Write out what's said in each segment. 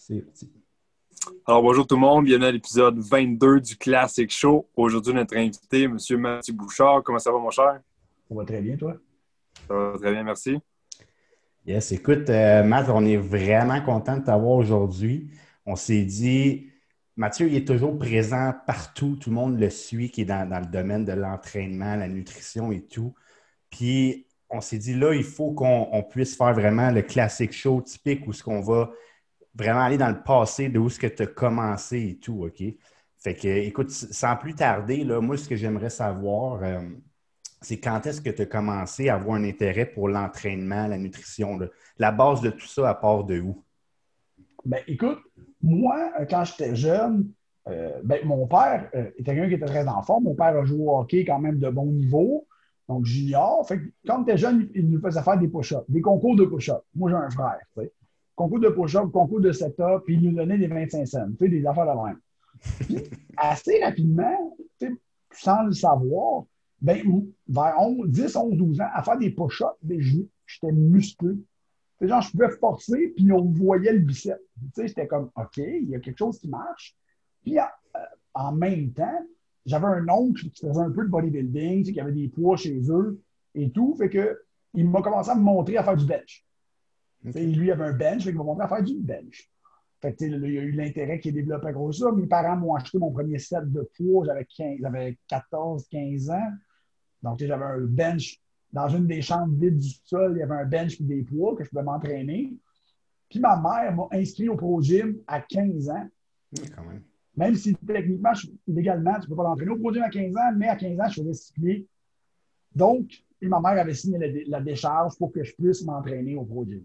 C'est parti. Alors, bonjour tout le monde, bienvenue à l'épisode 22 du Classic Show. Aujourd'hui, notre invité, M. Mathieu Bouchard. Comment ça va, mon cher? Ça va très bien, toi? Ça va très bien, merci. Yes, écoute, Matt, on est vraiment content de t'avoir aujourd'hui. On s'est dit, Mathieu, il est toujours présent partout. Tout le monde le suit, qui est dans le domaine de l'entraînement, la nutrition et tout. Puis, on s'est dit, là, il faut qu'on puisse faire vraiment le Classic Show typique où ce qu'on va vraiment aller dans le passé de où ce que tu as commencé et tout, OK? Fait que, écoute, sans plus tarder, là, moi, ce que j'aimerais savoir, c'est quand est-ce que tu as commencé à avoir un intérêt pour l'entraînement, la nutrition, là? La base de tout ça, à part de où? Ben, écoute, moi, quand j'étais jeune, mon père était quelqu'un qui était très en forme. Mon père a joué au hockey quand même de bon niveau, donc junior. Fait que quand on était jeune, il nous faisait faire des push-ups, des concours de push-ups. Moi, j'ai un frère, tu sais. Concours de push-ups, concours de set-up, puis il nous donnait des 25 cents, tu sais, des affaires de même. Puis, assez rapidement, tu sais, sans le savoir, vers 11, 10, 11, 12 ans, à faire des push-ups, j'étais musclé. C'est genre, je pouvais forcer, puis on voyait le biceps. Tu sais, j'étais comme, OK, il y a quelque chose qui marche. Puis en même temps, j'avais un oncle qui faisait un peu de bodybuilding, tu sais, qui avait des poids chez eux et tout. Fait que il m'a commencé à me montrer à faire du bench. Okay. Lui, il avait un bench, fait qu'il m'a montré à faire du bench. Fait que, là, il y a eu l'intérêt qui est développé gros ça. Mes parents m'ont acheté mon premier set de poids, j'avais 14, 15 ans. Donc, j'avais un bench dans une des chambres vides du sol, il y avait un bench et des poids que je pouvais m'entraîner. Puis ma mère m'a inscrit au Pro Gym à 15 ans. Oui, quand même. Même si techniquement, légalement, tu ne peux pas l'entraîner au Pro Gym à 15 ans, mais à 15 ans, je faisais 6 pieds. Donc, ma mère avait signé la décharge pour que je puisse m'entraîner au Pro Gym.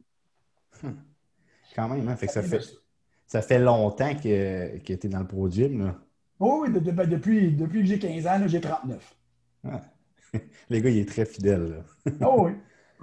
Quand même, hein? Fait que ça fait longtemps que tu es dans le Pro Gym, là. Oui, depuis que j'ai 15 ans, là, j'ai 39. Ah. Le gars, il est très fidèle, là. Oh oui.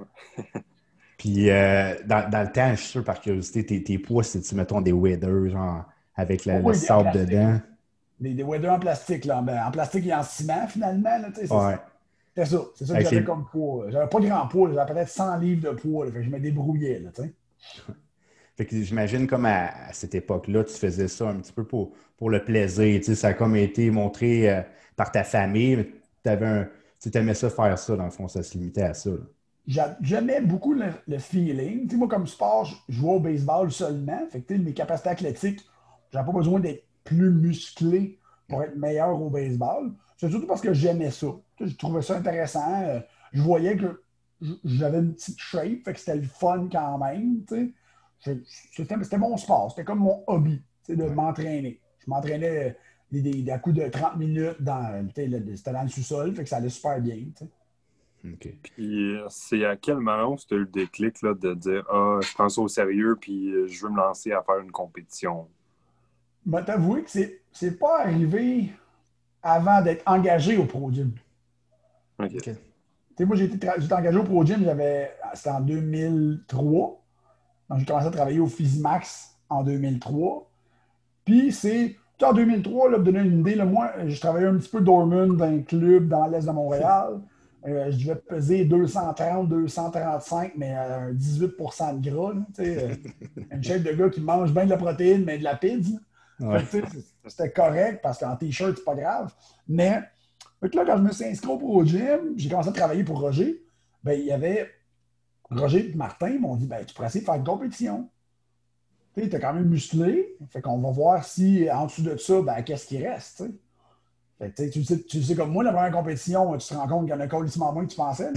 Puis, dans le temps, je suis sûr, par curiosité, tes poids, c'est-tu, mettons, des waders, genre, avec le sable dedans? Des waders en plastique, là. En plastique et en ciment, finalement, là, tu sais, ouais. C'est ça. C'est ça que j'avais comme poids. J'avais pas grand poids, j'avais peut-être 100 livres de poids, là, fait que je me débrouillais, là, tu sais. Fait que j'imagine comme à cette époque-là, tu faisais ça un petit peu pour le plaisir. Tu sais, ça a comme été montré par ta famille, mais tu aimais ça faire ça, dans le fond, ça se limitait à ça. J'aimais beaucoup le feeling. Tu sais, moi, comme sport, je jouais au baseball seulement. Fait que, mes capacités athlétiques, j'avais pas besoin d'être plus musclé pour être meilleur au baseball. C'est surtout parce que j'aimais ça. Tu sais, je trouvais ça intéressant. Je voyais que j'avais une petite shape, fait que c'était le fun quand même. Tu sais. C'était mon sport. C'était comme mon hobby, tu sais, de m'entraîner. Je m'entraînais à coups de 30 minutes c'était dans le sous-sol, fait que ça allait super bien. Tu sais. Okay. Puis, c'est à quel moment où tu as eu le déclic là, de dire « Ah, je prends ça au sérieux puis je veux me lancer à faire une compétition? » Je vais t'avouer que c'est pas arrivé avant d'être engagé au Pro Gym. OK. Moi, j'étais engagé au Pro Gym, c'était en 2003. Donc, j'ai commencé à travailler au Physimax en 2003. Puis, en 2003, là, pour donner une idée, là, moi, je travaillais un petit peu dormant dans un club dans l'est de Montréal. Je devais peser 230, 235, mais à un 18% de gras. Là, une shape de gars qui mange bien de la protéine, mais de la pizza. Ouais. C'était correct parce qu'en t-shirt, c'est pas grave. Mais là, quand je me suis inscrit au Pro Gym, j'ai commencé à travailler pour Roger. Il y avait Roger et Martin m'ont dit tu pourrais essayer de faire une compétition. Tu es quand même musclé. Fait qu'on va voir si en dessous de ça, qu'est-ce qui reste. T'sais. Fait que, tu sais, comme moi, la première compétition, tu te rends compte qu'il y en a colissement moins que tu pensais.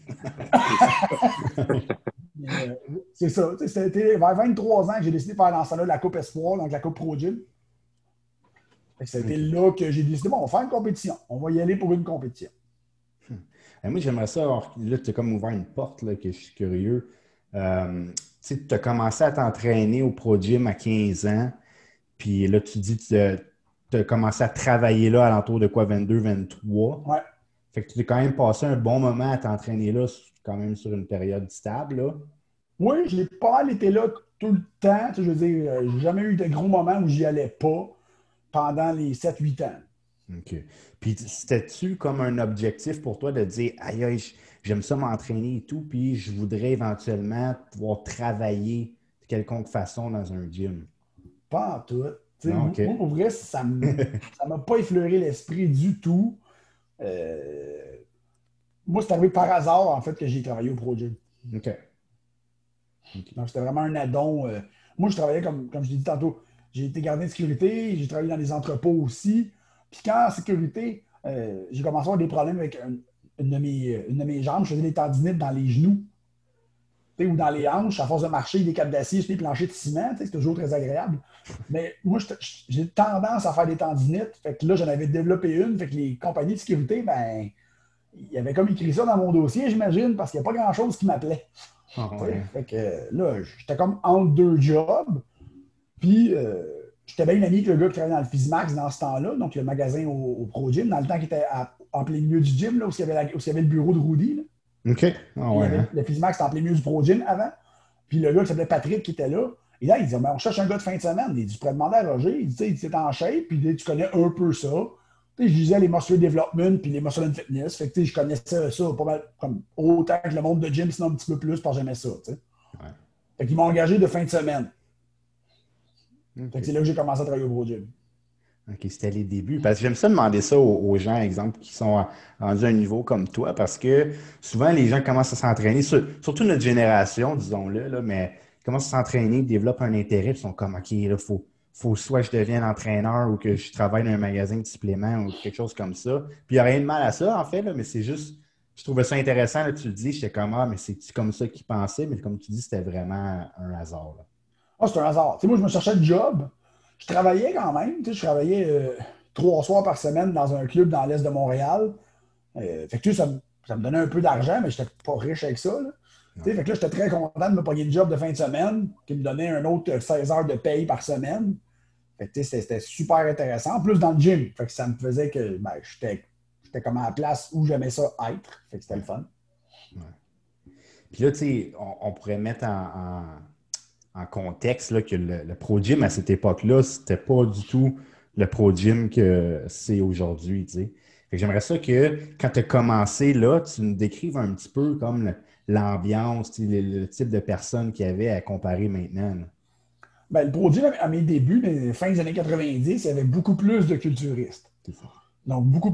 C'est ça. C'était vers 23 ans que j'ai décidé de faire dans ça là la Coupe Espoir, donc la Coupe Pro Gym. C'était là que j'ai décidé, on va faire une compétition. On va y aller pour une compétition. Moi, j'aimerais ça. Alors, là, tu as comme ouvert une porte, là, que je suis curieux. Tu as commencé à t'entraîner au Pro Gym à 15 ans. Puis là, tu dis que tu as commencé à travailler là à l'entour de quoi, 22, 23? Ouais. Fait que tu as quand même passé un bon moment à t'entraîner là, quand même sur une période stable, là. Oui, je n'ai pas mal été là tout le temps. Je veux dire, j'ai jamais eu de gros moments où j'y allais pas pendant les 7-8 ans. OK. Puis c'était-tu comme un objectif pour toi de dire aïe, aïe, j'aime ça m'entraîner et tout, puis je voudrais éventuellement pouvoir travailler de quelconque façon dans un gym? Pas en tout. Non, OK. Moi, pour vrai, ça m'a pas effleuré l'esprit du tout. Moi, c'est arrivé par hasard, en fait, que j'ai travaillé au Pro Gym. OK. Donc, c'était vraiment un addon. Moi, je travaillais, comme je l'ai dit tantôt, j'ai été gardien de sécurité, j'ai travaillé dans les entrepôts aussi. Puis quand en sécurité, j'ai commencé à avoir des problèmes avec une de mes jambes. Je faisais des tendinites dans les genoux ou dans les hanches, à force de marcher, des câbles d'acier sur des planchers de ciment. C'est toujours très agréable. Mais moi, j'ai tendance à faire des tendinites. Fait que là, j'en avais développé une. Fait que les compagnies de sécurité, ben, il y avait comme écrit ça dans mon dossier, j'imagine, parce qu'il n'y a pas grand-chose qui m'appelait. Ah, ouais. Fait que là, j'étais comme entre deux jobs. Puis, j'étais bien ami avec le gars qui travaillait dans le Physimax dans ce temps-là, donc le magasin au Pro Gym, dans le temps qui était en plein milieu du gym, là, où il y avait le bureau de Rudy. Là. OK. Ah, ouais, hein? Le Physimax était en plein milieu du Pro Gym avant. Puis le gars qui s'appelait Patrick qui était là. Et là, il disait, on cherche un gars de fin de semaine. Il dit, tu pourrais demander à Roger. Il dit, c'est en shape, puis tu connais un peu ça. Je lisais les Muscle Development puis les Muscle and Fitness. Fait que je connaissais ça pas mal, comme autant que le monde de gym, sinon un petit peu plus, parce que j'aimais ça. Ouais. Fait qu'ils m'ont engagé de fin de semaine. Okay. Fait que c'est là que j'ai commencé à travailler au Pro Gym. OK, c'était les débuts. Parce que j'aime ça demander ça aux gens, exemple, qui sont rendus à un niveau comme toi, parce que souvent, les gens commencent à s'entraîner, surtout notre génération, disons-le, là, mais ils commencent à s'entraîner, développent un intérêt, puis ils sont comme, OK, là, faut soit je devienne entraîneur ou que je travaille dans un magasin de suppléments ou quelque chose comme ça. Puis il n'y a rien de mal à ça, en fait, là, mais c'est juste, je trouvais ça intéressant, là, tu le dis, j'étais comme, mais c'est comme ça qu'ils pensaient, mais comme tu dis, c'était vraiment un hasard. Là. Ah, c'est un hasard. Moi, je me cherchais de job. Je travaillais quand même. Je travaillais 3 soirs par semaine dans un club dans l'est de Montréal. Fait que ça me donnait un peu d'argent, mais je n'étais pas riche avec ça. Là. Fait que là, j'étais très content de me pogner le job de fin de semaine qui me donnait un autre 16 heures de paye par semaine. Fait que c'était super intéressant. En plus, dans le gym. Fait que ça me faisait que j'étais comme à la place où j'aimais ça être. Fait que c'était le fun. Ouais. Puis là, tu sais, on pourrait mettre en contexte là, que le Pro Gym à cette époque-là, c'était pas du tout le Pro Gym que c'est aujourd'hui. Tu sais. Fait que j'aimerais ça que quand tu as commencé là, tu nous décrives un petit peu comme l'ambiance, le type de personnes qu'il y avait à comparer maintenant. Ben, le Pro Gym, à mes débuts, fin des années 90, il y avait beaucoup plus de culturistes. Donc, beaucoup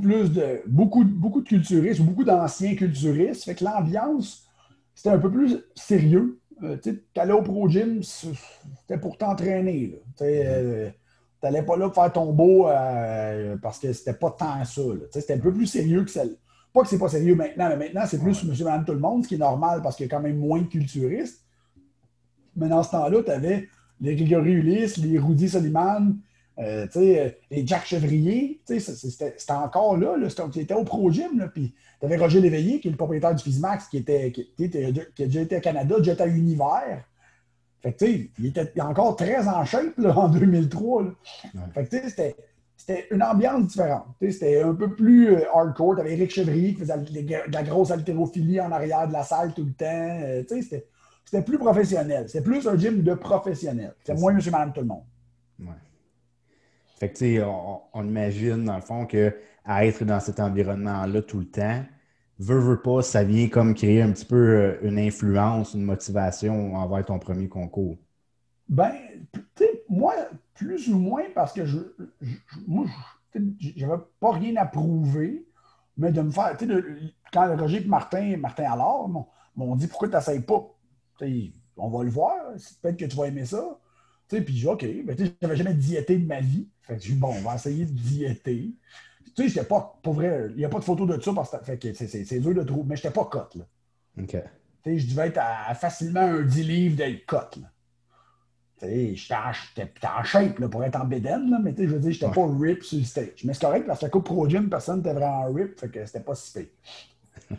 de culturistes, beaucoup d'anciens culturistes. Fait que l'ambiance, c'était un peu plus sérieux. Tu allais au Pro Gym, c'était pour t'entraîner. Tu n'allais pas là pour faire ton beau parce que c'était pas tant ça. C'était un peu plus sérieux que celle. Pas que c'est pas sérieux maintenant, mais maintenant, c'est plus monsieur, madame, tout le monde, ce qui est normal parce qu'il y a quand même moins de culturistes. Mais dans ce temps-là, tu avais les Grégory Ulysse, les Rudy Soliman, les Jack Chevrier. C'était encore là. Tu étais au Pro Gym, puis tu avais Roger Léveillé, qui est le propriétaire du Physimax, qui a déjà été à Canada, déjà été à Univers. Fait que, il était encore très en shape là, en 2003. Là. Ouais. Fait que, c'était une ambiance différente. C'était un peu plus hardcore. Tu avais Éric Chevrier qui faisait de la grosse haltérophilie en arrière de la salle tout le temps. C'était plus professionnel. C'était plus un gym de professionnels. C'était moins monsieur, madame, tout le monde. Ouais. Fait que, tu sais, on imagine, dans le fond, qu'à être dans cet environnement-là tout le temps, veut pas, ça vient comme créer un petit peu une influence, une motivation envers ton premier concours. Ben, tu sais, moi, plus ou moins, parce que moi, j'avais pas rien à prouver, mais de me faire, tu sais, quand Roger et Martin Allard m'ont dit pourquoi tu n'essayes pas? T'sais, on va le voir, peut-être que tu vas aimer ça. Puis j'ai dit, OK, ben, j'avais jamais diété de ma vie. Fait que j'ai dit, bon, on va essayer de diéter. Tu sais, j'étais pas, pour vrai, il n'y a pas de photo de ça, parce que fait que c'est dur de trouver, mais j'étais pas cote, là. OK. Je devais être à facilement un 10 livres d'être cote, là. J'étais en shape là, pour être en bédaine, là, mais je veux dire, j'étais pas rip sur le stage. Mais c'est correct, parce que la Coupe Pro Gym, personne n'était vraiment rip, fait que c'était pas si pire.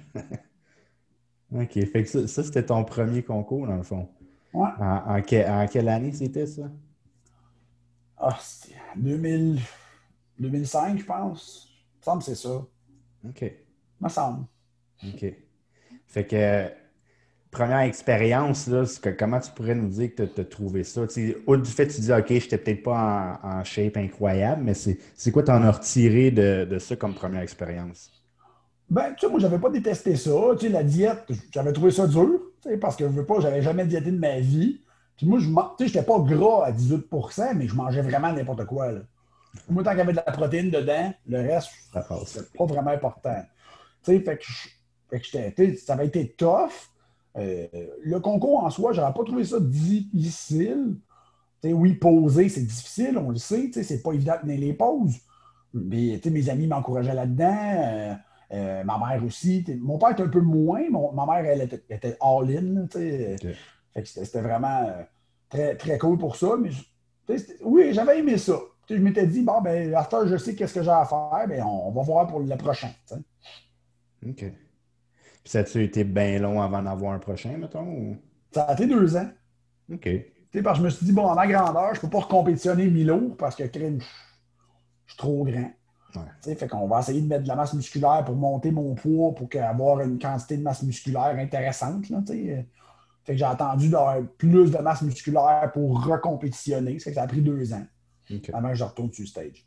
OK. Fait que ça c'était ton premier concours, dans le fond. Ouais. En quelle année c'était ça? Ah, c'était 2005, je pense. Il me semble que c'est ça. OK. Il me semble. OK. Fait que, première expérience, là, comment tu pourrais nous dire que tu as trouvé ça? Au du fait que tu dis, OK, je n'étais peut-être pas en shape incroyable, mais c'est quoi tu en as retiré de ça comme première expérience? Ben, tu sais, moi, j'avais pas détesté ça. Tu sais, la diète, j'avais trouvé ça dur, tu sais, parce que je veux pas, j'avais jamais diété de ma vie. Puis moi, je n'étais pas gras à 18%, mais je mangeais vraiment n'importe quoi. Là. Moi, tant qu'il y avait de la protéine dedans, le reste, Ça passe. c'était pas vraiment important. Tu sais, fait que ça avait été tough. Le concours en soi, j'aurais pas trouvé ça difficile. Tu sais, oui, poser, c'est difficile, on le sait. Tu sais, c'est pas évident de tenir les pauses. Mais tu sais, mes amis m'encourageaient là-dedans. Ma mère aussi. Mon père était un peu moins. Ma mère, elle était all-in. Tu sais. OK. Fait que c'était vraiment très, très cool pour ça. Mais tu sais, oui, j'avais aimé ça. Tu sais, je m'étais dit, bon, ben, à cette heure, je sais qu'est-ce que j'ai à faire. Ben, on va voir pour le prochain. Tu sais. OK. Puis ça a-tu été bien long avant d'avoir un prochain, mettons? Ou... Ça a été 2 ans. OK. Tu sais, parce que je me suis dit, bon, à ma grandeur, je ne peux pas recompétitionner mi-lourd parce que je suis trop grand. Ouais. Tu sais, fait qu'on va essayer de mettre de la masse musculaire pour monter mon poids, pour avoir une quantité de masse musculaire intéressante. Là, tu sais. Fait que j'ai attendu d'avoir plus de masse musculaire pour recompétitionner. Ça fait que ça a pris 2 ans OK. avant que je retourne sur le stage.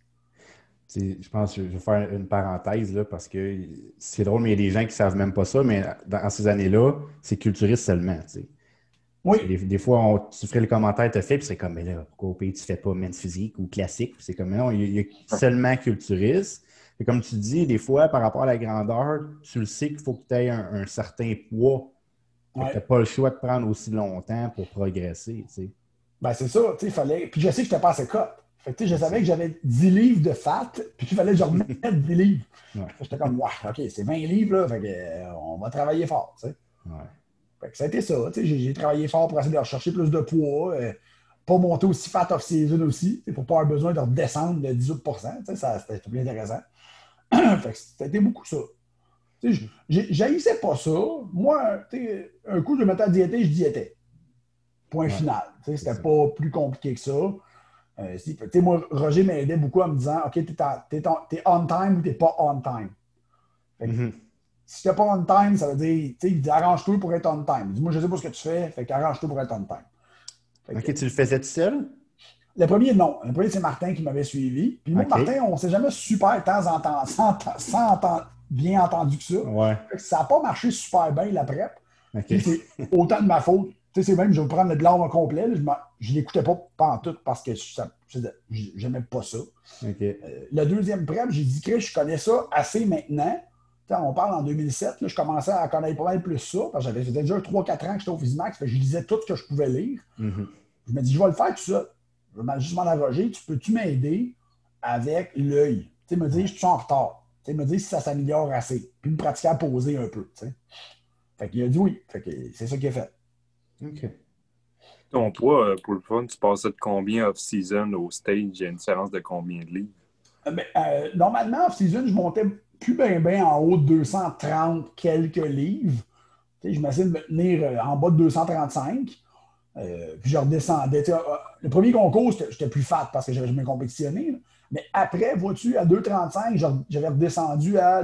Je pense que je vais faire une parenthèse là, parce que c'est drôle, mais il y a des gens qui ne savent même pas ça, mais dans ces années-là, c'est culturiste seulement. Tu sais. Oui, Des fois, tu ferais le commentaire, tu fait, puis c'est comme, mais là, pourquoi au pays tu ne fais pas men's physique ou classique? Puis c'est comme, mais non, il y a seulement culturiste. Et comme tu dis, des fois, par rapport à la grandeur, tu le sais qu'il faut que tu aies un certain poids. Tu n'as ouais. pas le choix de prendre aussi longtemps pour progresser. Tu sais. Ben c'est ça. Tu sais, il fallait. Puis je sais que je n'étais pas assez cut. Fait que, tu sais, je savais C'est- que j'avais 10 livres de fat, puis il fallait que je remette 10 livres. Ouais, J'étais comme, ouais, OK, c'est 20 livres, là. Fait que, on va travailler fort. Tu sais. ouais. Fait que ça a été ça. Tu sais, j'ai travaillé fort pour essayer de rechercher plus de poids, pas monter aussi fat off-season aussi, tu sais, pour ne pas avoir besoin de redescendre de 18%. Tu sais, c'était plus intéressant. Fait que ça a été beaucoup ça. Tu sais, j'haïssais pas ça. Moi, tu sais, un coup, je me mettais à diéter, je diétais. Point Ouais, final. Tu sais, c'est c'était ça. pas plus compliqué que ça. Tu sais, moi, Roger m'aidait beaucoup en me disant, OK, t'es on time ou t'es pas on time. Fait que, Mhm. si t'es pas on time, ça veut dire, tu sais, il dit, arrange-toi pour être on time. Il dit, moi, je sais pas ce que tu fais, fait qu'arrange-toi pour être on time. Fait que, OK, tu le faisais tout seul? le premier, non. Le premier, c'est Martin qui m'avait suivi. Puis moi, OK. Martin, on s'est jamais super de temps en temps, bien entendu que ça. Ouais. Fait que ça n'a pas marché super bien, la prep. OK. Tu sais, c'est autant de ma faute. Tu sais, c'est même, je vais prendre de l'arme complet. Là, je ne l'écoutais pas pantoute parce que j'aimais pas ça. OK. Le deuxième prep, j'ai dit que je connais ça assez maintenant. Tu sais, on parle en 2007, là, je commençais à connaître pas mal plus ça, parce que j'avais déjà 3-4 ans que j'étais au Physimax, fait que je lisais tout ce que je pouvais lire. Mhm. Je me dis, je vais le faire tout ça. Je vais juste m'en arroger. Peux-tu m'aider avec l'œil? Tu sais, me dire, je suis en retard. Tu sais, me dire si ça s'améliore assez. Puis me pratiquer à poser un peu. Tu sais. Fait qu'il a dit oui. Fait que c'est ça qu'il a fait. OK. Ton poids, pour le fun, tu passais de combien off-season au stage? Il y a une différence de combien de livres? Normalement, off-season, je montais plus bien en haut de 230 quelques livres. Tu sais, je m'essayais de me tenir en bas de 235. Puis je redescendais. Le premier concours, j'étais plus fat parce que j'avais jamais compétitionné. Là. Mais après, vois-tu, à 2,35, j'avais redescendu à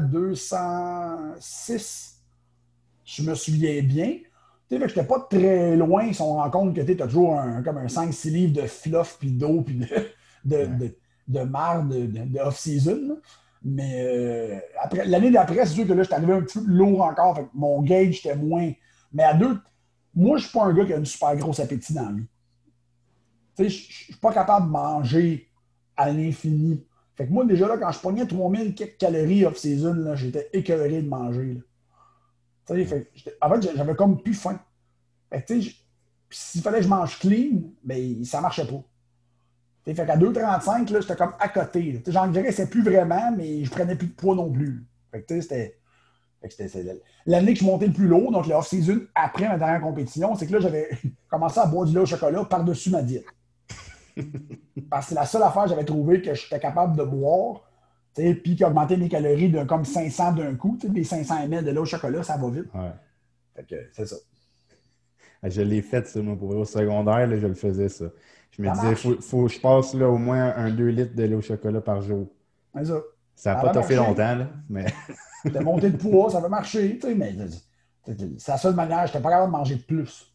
206. Je me souviens bien. Tu sais, je n'étais pas très loin si on rend compte que tu as toujours comme un 5-6 livres de fluff, puis d'eau, puis de, Ouais. de marre de off-season. Là. Mais l'année d'après, c'est sûr que là, j'étais arrivé un petit peu plus lourd encore. Fait que mon gauge était moins. Mais à deux, moi, je ne suis pas un gars qui a une super grosse appétit dans la vie. Tu sais, je ne suis pas capable de manger à l'infini. Fait que moi, déjà, là, quand je pognais 3000 quelques calories off-season, là, j'étais écœuré de manger. Là. Tu sais, fait que en fait, j'avais comme plus faim. Fait que, tu sais, s'il fallait que je mange clean, ben, ça ne marchait pas. Tu sais, fait qu'à 2,35, là, j'étais comme à côté. Tu sais, j'engraissais plus vraiment, mais je prenais plus de poids non plus. Fait que, tu sais, c'était l'année que je montais le plus lourd, donc le off-season, après ma dernière compétition, c'est que là, j'avais commencé à boire du lait au chocolat par-dessus ma diète. Parce que c'est la seule affaire que j'avais trouvé que j'étais capable de boire, puis qui augmentait mes calories de comme 500 d'un coup. Les 500 ml de lait au chocolat, ça va vite. Ouais. Fait que c'est ça. Je l'ai fait, ça, moi, pour au secondaire, là, je le faisais, ça. Je me Ça disais, marche. faut que je passe là, au moins un 2 litres de lait au chocolat par jour. C'est ça. Ça n'a Ça pas va toffé marcher. longtemps, là, mais T'es monté de poids, ça va marcher, mais c'est la seule manière, j'étais pas capable de manger de plus.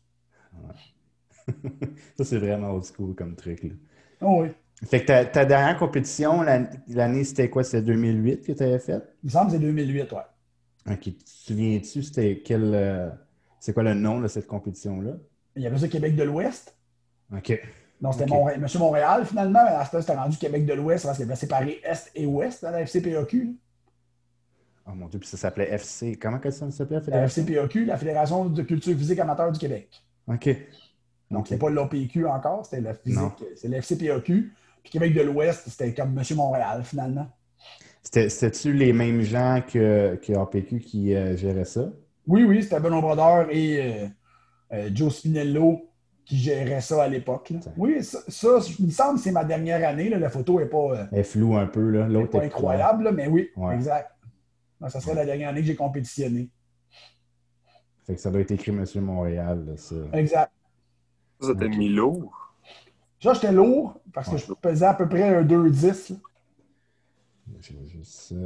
ça, c'est vraiment old school comme truc, là. Oh oui. Fait que ta dernière compétition, l'année, c'était quoi? C'était 2008 que tu avais fait? Il me semble que c'est 2008, ouais. OK. Tu te souviens-tu, c'était c'est quoi le nom de cette compétition-là? Il y avait ça Québec de l'Ouest. OK. Donc, c'était OK. Monsieur Montréal, finalement, mais à ce temps, c'était rendu Québec de l'Ouest parce qu'il avait séparé Est et Ouest dans la FCPAQ. Oh mon Dieu, puis ça s'appelait FC. Comment que ça s'appelait, la La fédération? FCPAQ, la Fédération de culture physique amateur du Québec. OK. Donc, OK. c'était pas l'APQ encore, c'était la Non. physique, c'est la FCPAQ. Puis Québec de l'Ouest, c'était comme Monsieur Montréal, finalement. C'était-tu les mêmes gens que APQ qui géraient ça? Oui, oui, c'était Benoît Brodeur et Joe Spinello qui gérait ça à l'époque. Là. Tiens. Oui, ça, il me semble que c'est ma dernière année. Là. La photo Elle est floue un peu, là. est L'autre pas est plus claire. incroyable, là, mais oui, Ouais. exact. Donc, ça serait Ouais. la dernière année que j'ai compétitionné. Fait que ça doit être écrit Monsieur Montréal, là, ça. Exact. Ça t'a OK. mis lourd. Ça, j'étais lourd parce que Ouais. je pesais à peu près un 2,10. Là. Je vais juste ça.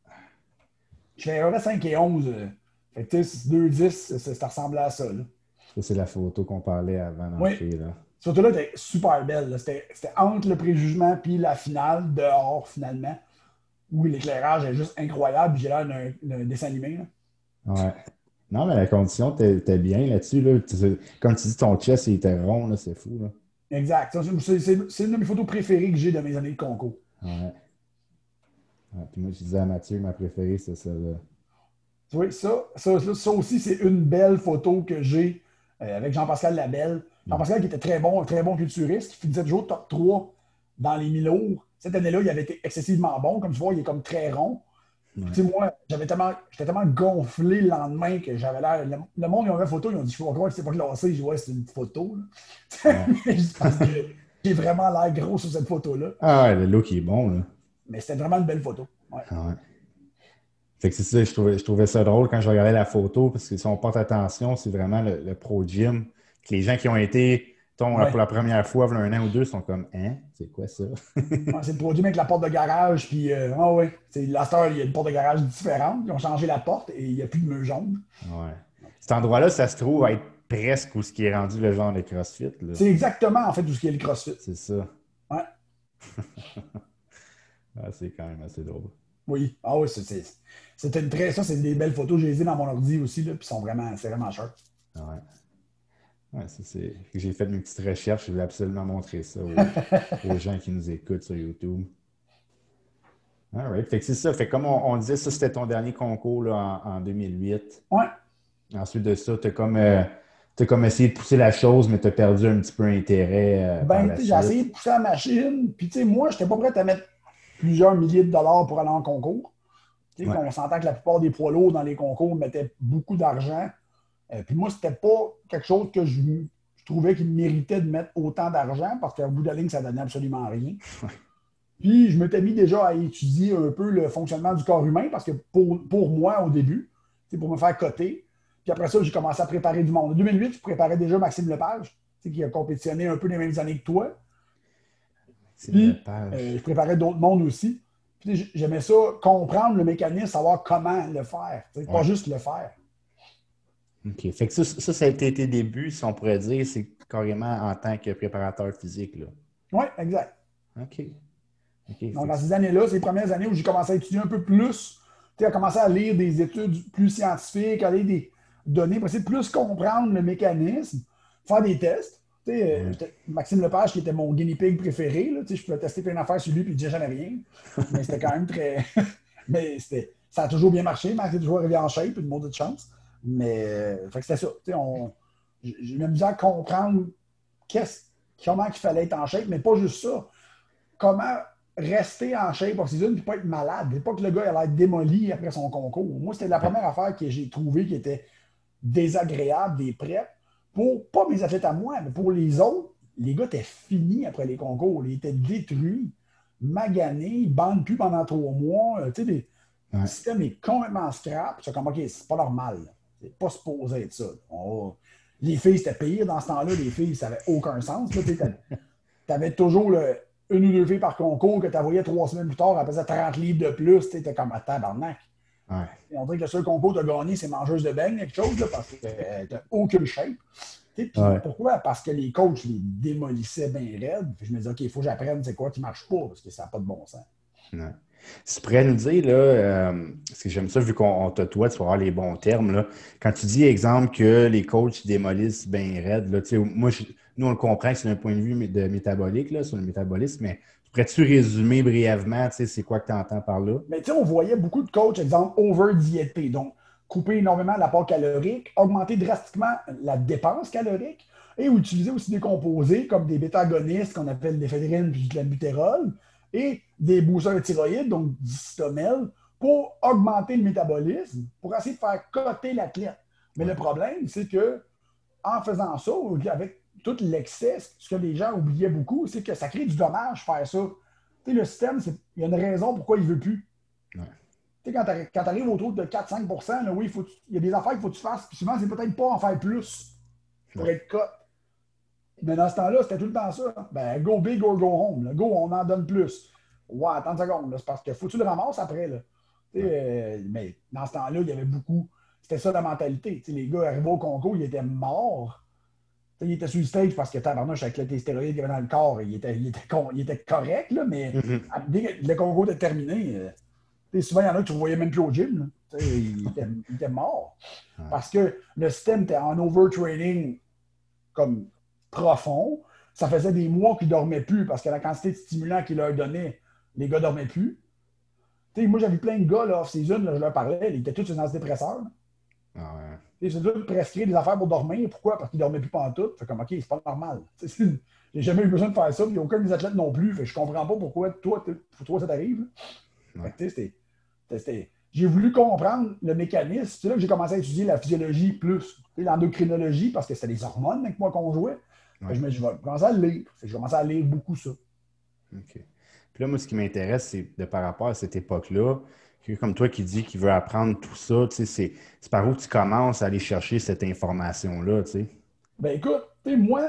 Je fais 5 et 11. Fait que tu sais, 2,10, ça ressemblait à ça. Là. Ça, c'est la photo qu'on parlait avant Oui. d'entrer, là. Surtout là, c'était super belle. Là. C'était entre le préjugement puis la finale, dehors, finalement, où l'éclairage est juste incroyable. J'ai l'air d'un dessin animé. Là. Ouais. Non, mais la condition, t'es bien là-dessus, là. Comme tu dis, ton chest, il était rond, là. C'est fou, là. Exact. C'est une de mes photos préférées que j'ai de mes années de concours. Ouais. Ouais, puis moi, je disais à Mathieu, ma préférée, c'est ça, là. Tu vois, ça aussi, c'est une belle photo que j'ai avec Jean-Pascal Labelle. Jean-Pascal qui était un très bon culturiste, qui finissait toujours top 3 dans les 1000 lourds. Cette année-là, il avait été excessivement bon. Comme tu vois, il est comme très rond. Ouais. Tu sais, moi, j'étais tellement gonflé le lendemain que j'avais l'air. Le monde, ils ont vu la photo, ils ont dit, je faut croire que c'est pas classé. Je dis, ouais, c'est une photo. Ouais. Mais je pense que j'ai vraiment l'air gros sur cette photo-là. Ah ouais, le look il est bon, là. Mais c'était vraiment une belle photo. Ouais. Ah ouais. Fait que c'est ça, je trouvais ça drôle quand je regardais la photo, parce que si on porte attention, c'est vraiment le Pro Gym. Que les gens qui ont été, Ouais. pour la première fois, il y a un an ou deux, sont comme, hein, c'est quoi ça? Ouais, c'est le produit avec la porte de garage. Puis, ouais. La star, il y a une porte de garage différente. Ils ont changé la porte et il n'y a plus de mur jaune. Ouais. Cet endroit-là, ça se trouve être presque où ce qui est rendu le genre de CrossFit, là. C'est exactement, en fait, tout ce qui est le CrossFit. C'est ça. Ouais. Ah, c'est quand même assez drôle. Oui. Ah oui, c'était une très. Ça, c'est des belles photos. J'ai les ai dans mon ordi aussi, là, puis c'est vraiment sharp. Ouais. Ouais, ça, c'est. J'ai fait mes petites recherches, je voulais absolument montrer ça aux gens qui nous écoutent sur YouTube. All right. Fait que c'est ça. Fait que comme on disait, ça, c'était ton dernier concours là, en 2008. Ouais. Ensuite de ça, tu as comme essayé de pousser la chose, mais tu as perdu un petit peu intérêt par la J'ai suite. essayé de pousser la machine. Puis, tu sais, moi, je n'étais pas prêt à mettre plusieurs milliers de dollars pour aller en concours. Tu sais, Ouais. on s'entend que la plupart des poids lourds dans les concours mettaient beaucoup d'argent. Puis moi, c'était pas quelque chose que je trouvais qu'il méritait de mettre autant d'argent parce qu'au bout de la ligne, ça donnait absolument rien. Puis je m'étais mis déjà à étudier un peu le fonctionnement du corps humain parce que pour moi, au début, c'est pour me faire coter. Puis après ça, j'ai commencé à préparer du monde. En 2008, je préparais déjà Maxime Lepage, qui a compétitionné un peu les mêmes années que toi. C'est Puis une page. je préparais d'autres mondes aussi. Puis j'aimais ça, comprendre le mécanisme, savoir comment le faire. Pas Ouais. juste le faire. OK. Fait que ça a été tes débuts, si on pourrait dire, c'est carrément en tant que préparateur physique, là. Oui, exact. OK. OK. Donc, Fait dans que ces années-là, ces premières années où j'ai commencé à étudier un peu plus, à commencer à lire des études plus scientifiques, à lire des données, pour essayer de plus comprendre le mécanisme, faire des tests. Maxime Lepage, qui était mon guinea pig préféré, là, je pouvais tester plein d'affaires sur lui, puis il ne disait jamais rien. Mais c'était quand même très. Mais ça a toujours bien marché. Max est toujours arrivé en shape, une maudite chance. Mais fait que c'était ça. J'ai même besoin de comprendre comment il fallait être en shape, mais pas juste ça. Comment rester en shape off-season et pas être malade. Et pas que le gars allait être démoli après son concours. Moi, c'était la première affaire que j'ai trouvée qui était désagréable des preps. Pour pas mes athlètes à moi, mais pour les autres, les gars étaient finis après les concours. Ils étaient détruits, maganés, ils ne bandent plus pendant 3 mois. Le système est complètement scrap. C'est comme, OK, c'est pas normal. C'est pas supposé être ça. Les filles, c'était pire dans ce temps-là. Les filles, ça n'avait aucun sens. Tu avais toujours une ou deux filles par concours que tu voyais 3 semaines plus tard, elle pesait 30 livres de plus. Tu étais comme à tabarnak. Ouais. Et on dirait que le seul concours que tu as gagné, c'est mangeuse de beignes, quelque chose, là, parce que tu n'as aucune shape. Puis pourquoi? Parce que les coachs les démolissaient bien raides. Puis je me disais, OK, il faut que j'apprenne c'est quoi qui ne marche pas, parce que ça n'a pas de bon sens. Ouais. Si tu pourrais nous dire, là, parce que j'aime ça, vu qu'on te toi, tu vas avoir les bons termes, là. Quand tu dis, exemple, que les coachs démolissent bien raide, là, tu sais, nous, on le comprend que c'est d'un point de vue de métabolique, là, sur le métabolisme, mais pourrais-tu résumer brièvement, tu sais, c'est quoi que tu entends par là? Mais tu sais, on voyait beaucoup de coachs, exemple, over-diétés, donc couper énormément l'apport calorique, augmenter drastiquement la dépense calorique et utiliser aussi des composés comme des bêta-agonistes qu'on appelle l'éphédrine puis de l'albutérol et des boosters de thyroïde, donc du cytomel, pour augmenter le métabolisme, pour essayer de faire coter l'athlète. Mais le problème, c'est que en faisant ça, avec tout l'excès, ce que les gens oubliaient beaucoup, c'est que ça crée du dommage faire ça. Tu sais, le système, il y a une raison pourquoi il ne veut plus. Ouais. Tu sais, quand tu arrives autour de 4-5 %, là, oui, il y a des affaires qu'il faut que tu fasses, puis souvent, c'est peut-être pas en faire plus pour être cut. Mais dans ce temps-là, c'était tout le temps ça. Ben, go big or go home. Là. Go, on en donne plus. Ouais, attends une seconde. C'est parce qu'il faut que tu le ramasses après. Là. Mais dans ce temps-là, il y avait beaucoup. C'était ça la mentalité. T'sais, les gars arrivaient au concours, ils étaient morts. T'sais, ils étaient sur le stage parce que tabarnouche, avec les stéroïdes qu'il y avait dans le corps, il était correct, là, mais dès que le concours était terminé, souvent, il y en a que tu ne voyais même plus au gym. Il était mort. Parce que le système était en overtraining comme profond. Ça faisait des mois qu'ils ne dormaient plus parce que la quantité de stimulants qu'ils leur donnaient, les gars ne dormaient plus. T'sais, moi, j'avais plein de gars, là, off-season, je leur parlais, ils étaient tous sur des antidépresseurs. Ah ouais. C'est tous prescrire des affaires pour dormir. Pourquoi? Parce qu'ils ne dormaient plus pantoute. Fait comme, OK, c'est pas normal. J'ai jamais eu besoin de faire ça, puis aucun des athlètes non plus. Fait que je comprends pas pourquoi toi ça t'arrive. Ouais. J'ai voulu comprendre le mécanisme. C'est là que j'ai commencé à étudier la physiologie plus l'endocrinologie, parce que c'était des hormones avec moi qu'on jouait. Ouais. Je vais commencer à le lire. Je vais commencer à lire beaucoup ça. OK. Puis là, moi, ce qui m'intéresse, c'est de par rapport à cette époque-là, comme toi qui dis qu'il veut apprendre tout ça, tu sais, c'est par où tu commences à aller chercher cette information-là, tu sais? Ben écoute, moi,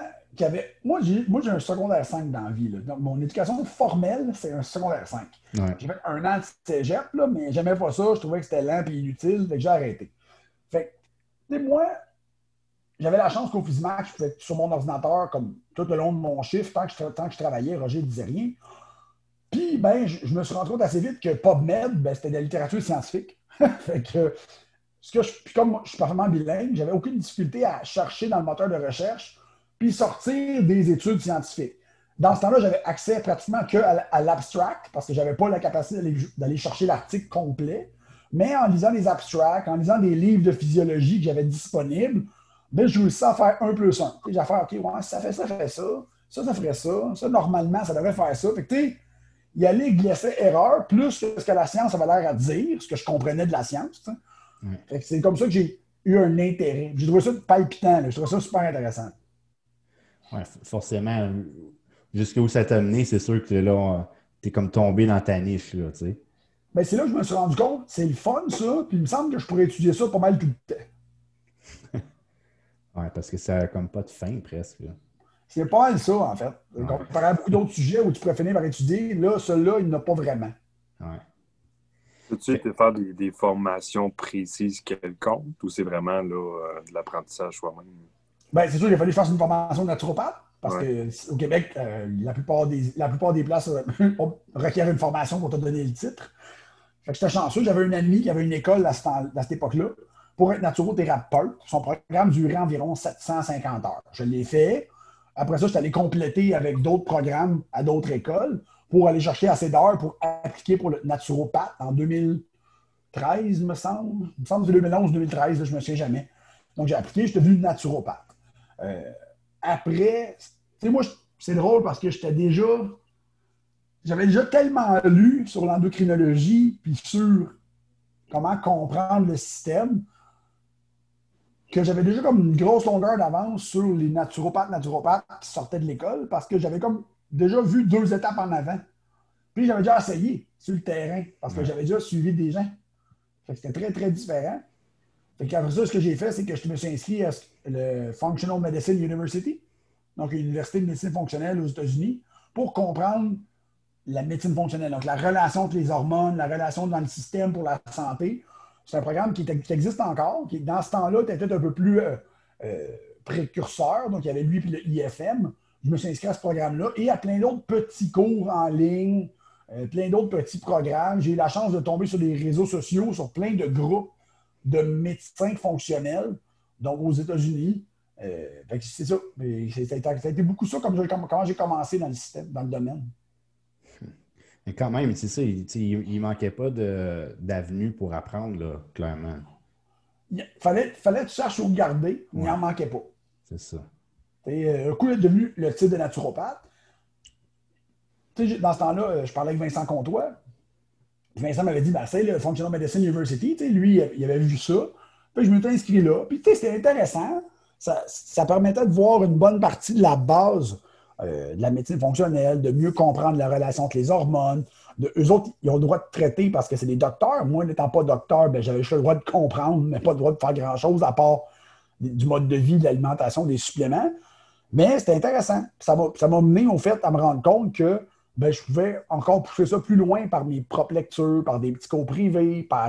j'ai un secondaire 5 dans la vie. Là. Donc, mon éducation formelle, c'est un secondaire 5. Ouais. J'ai fait un an de cégep, là, mais j'aimais pas ça. Je trouvais que c'était lent et inutile, fait que j'ai arrêté. Fait que, moi, j'avais la chance qu'au Physimax, je pouvais être sur mon ordinateur comme tout le long de mon chiffre, tant que je travaillais, Roger ne disait rien. Puis, ben, je me suis rendu compte assez vite que PubMed, ben, c'était de la littérature scientifique. Fait que, puis comme je suis parfaitement bilingue, j'avais aucune difficulté à chercher dans le moteur de recherche puis sortir des études scientifiques. Dans ce temps-là, j'avais accès pratiquement à l'abstract parce que je n'avais pas la capacité d'aller chercher l'article complet. Mais en lisant les abstracts, en lisant des livres de physiologie que j'avais disponibles, ben, je réussis à faire 1+1. J'ai à faire, OK, ouais, ça fait ça, ferait ça. Ça ferait ça. Ça, normalement, ça devrait faire ça. Fait que, tu sais, y aller glissé-erreur plus que ce que la science avait l'air à dire, ce que je comprenais de la science. Ouais. C'est comme ça que j'ai eu un intérêt. J'ai trouvé ça palpitant. Là. Je trouvais ça super intéressant. Oui, forcément, jusqu'où ça t'a mené, c'est sûr que là, t'es comme tombé dans ta niche, là, tu sais. Ben, c'est là que je me suis rendu compte, c'est le fun, ça, puis il me semble que je pourrais étudier ça pas mal tout le temps. Oui, parce que ça n'a comme pas de fin, presque. Là. C'est pas mal ça, en fait. Ouais. Comparé à beaucoup d'autres sujets où tu pourrais finir par étudier, là, celui-là, il n'a pas vraiment. Oui. Peux-tu faire des formations précises quelconques ou c'est vraiment là, de l'apprentissage soi-même? Bien, c'est sûr qu'il a fallu faire une formation de naturopathe parce qu'au Québec, la plupart des places requièrent une formation pour te donner le titre. Fait que j'étais chanceux. J'avais une amie qui avait une école à cette époque-là pour être naturothérapeute. Son programme durait environ 750 heures. Je l'ai fait. Après ça, je suis allé compléter avec d'autres programmes à d'autres écoles pour aller chercher assez d'heures pour appliquer pour le naturopathe en 2013, me semble. Il me semble que c'est 2011-2013, je ne me souviens jamais. Donc, j'ai appliqué, je suis devenu naturopathe. Après, tu sais, moi, c'est drôle parce que j'avais déjà tellement lu sur l'endocrinologie puis sur comment comprendre le système que j'avais déjà comme une grosse longueur d'avance sur les naturopathes qui sortaient de l'école parce que j'avais comme déjà vu 2 étapes en avant. Puis j'avais déjà essayé sur le terrain parce que j'avais déjà suivi des gens. Fait que c'était très, très différent. Fait qu'après ça, ce que j'ai fait, c'est que je me suis inscrit à le Functional Medicine University, donc une université de médecine fonctionnelle aux États-Unis, pour comprendre la médecine fonctionnelle. Donc la relation entre les hormones, la relation dans le système pour la santé. C'est un programme qui existe encore, qui dans ce temps-là était peut-être un peu plus précurseur. Donc il y avait lui et le IFM. Je me suis inscrit à ce programme-là et à plein d'autres petits cours en ligne plein d'autres petits programmes. J'ai eu la chance de tomber sur les réseaux sociaux, sur plein de groupes de médecins fonctionnels, donc aux États-Unis. C'est ça. Ça a été beaucoup ça quand j'ai commencé dans le système, dans le domaine. Mais quand même, c'est ça, il manquait pas d'avenues pour apprendre, là, clairement. Fallait que tu saches où regarder, mais il n'en manquait pas. C'est ça. Un coup, il est devenu le titre de naturopathe. Dans ce temps-là, je parlais avec Vincent Comtois. Vincent m'avait dit, c'est le Functional Medicine University. Lui, il avait vu ça. Puis je m'étais inscrit là. Puis c'était intéressant. Ça permettait de voir une bonne partie de la base de la médecine fonctionnelle, de mieux comprendre la relation entre les hormones. Eux autres, ils ont le droit de traiter parce que c'est des docteurs. Moi, n'étant pas docteur, j'avais juste le droit de comprendre, mais pas le droit de faire grand-chose à part du mode de vie, de l'alimentation, des suppléments. Mais c'était intéressant. Ça m'a mené, au fait, à me rendre compte que je pouvais encore pousser ça plus loin par mes propres lectures, par des petits cours privés, par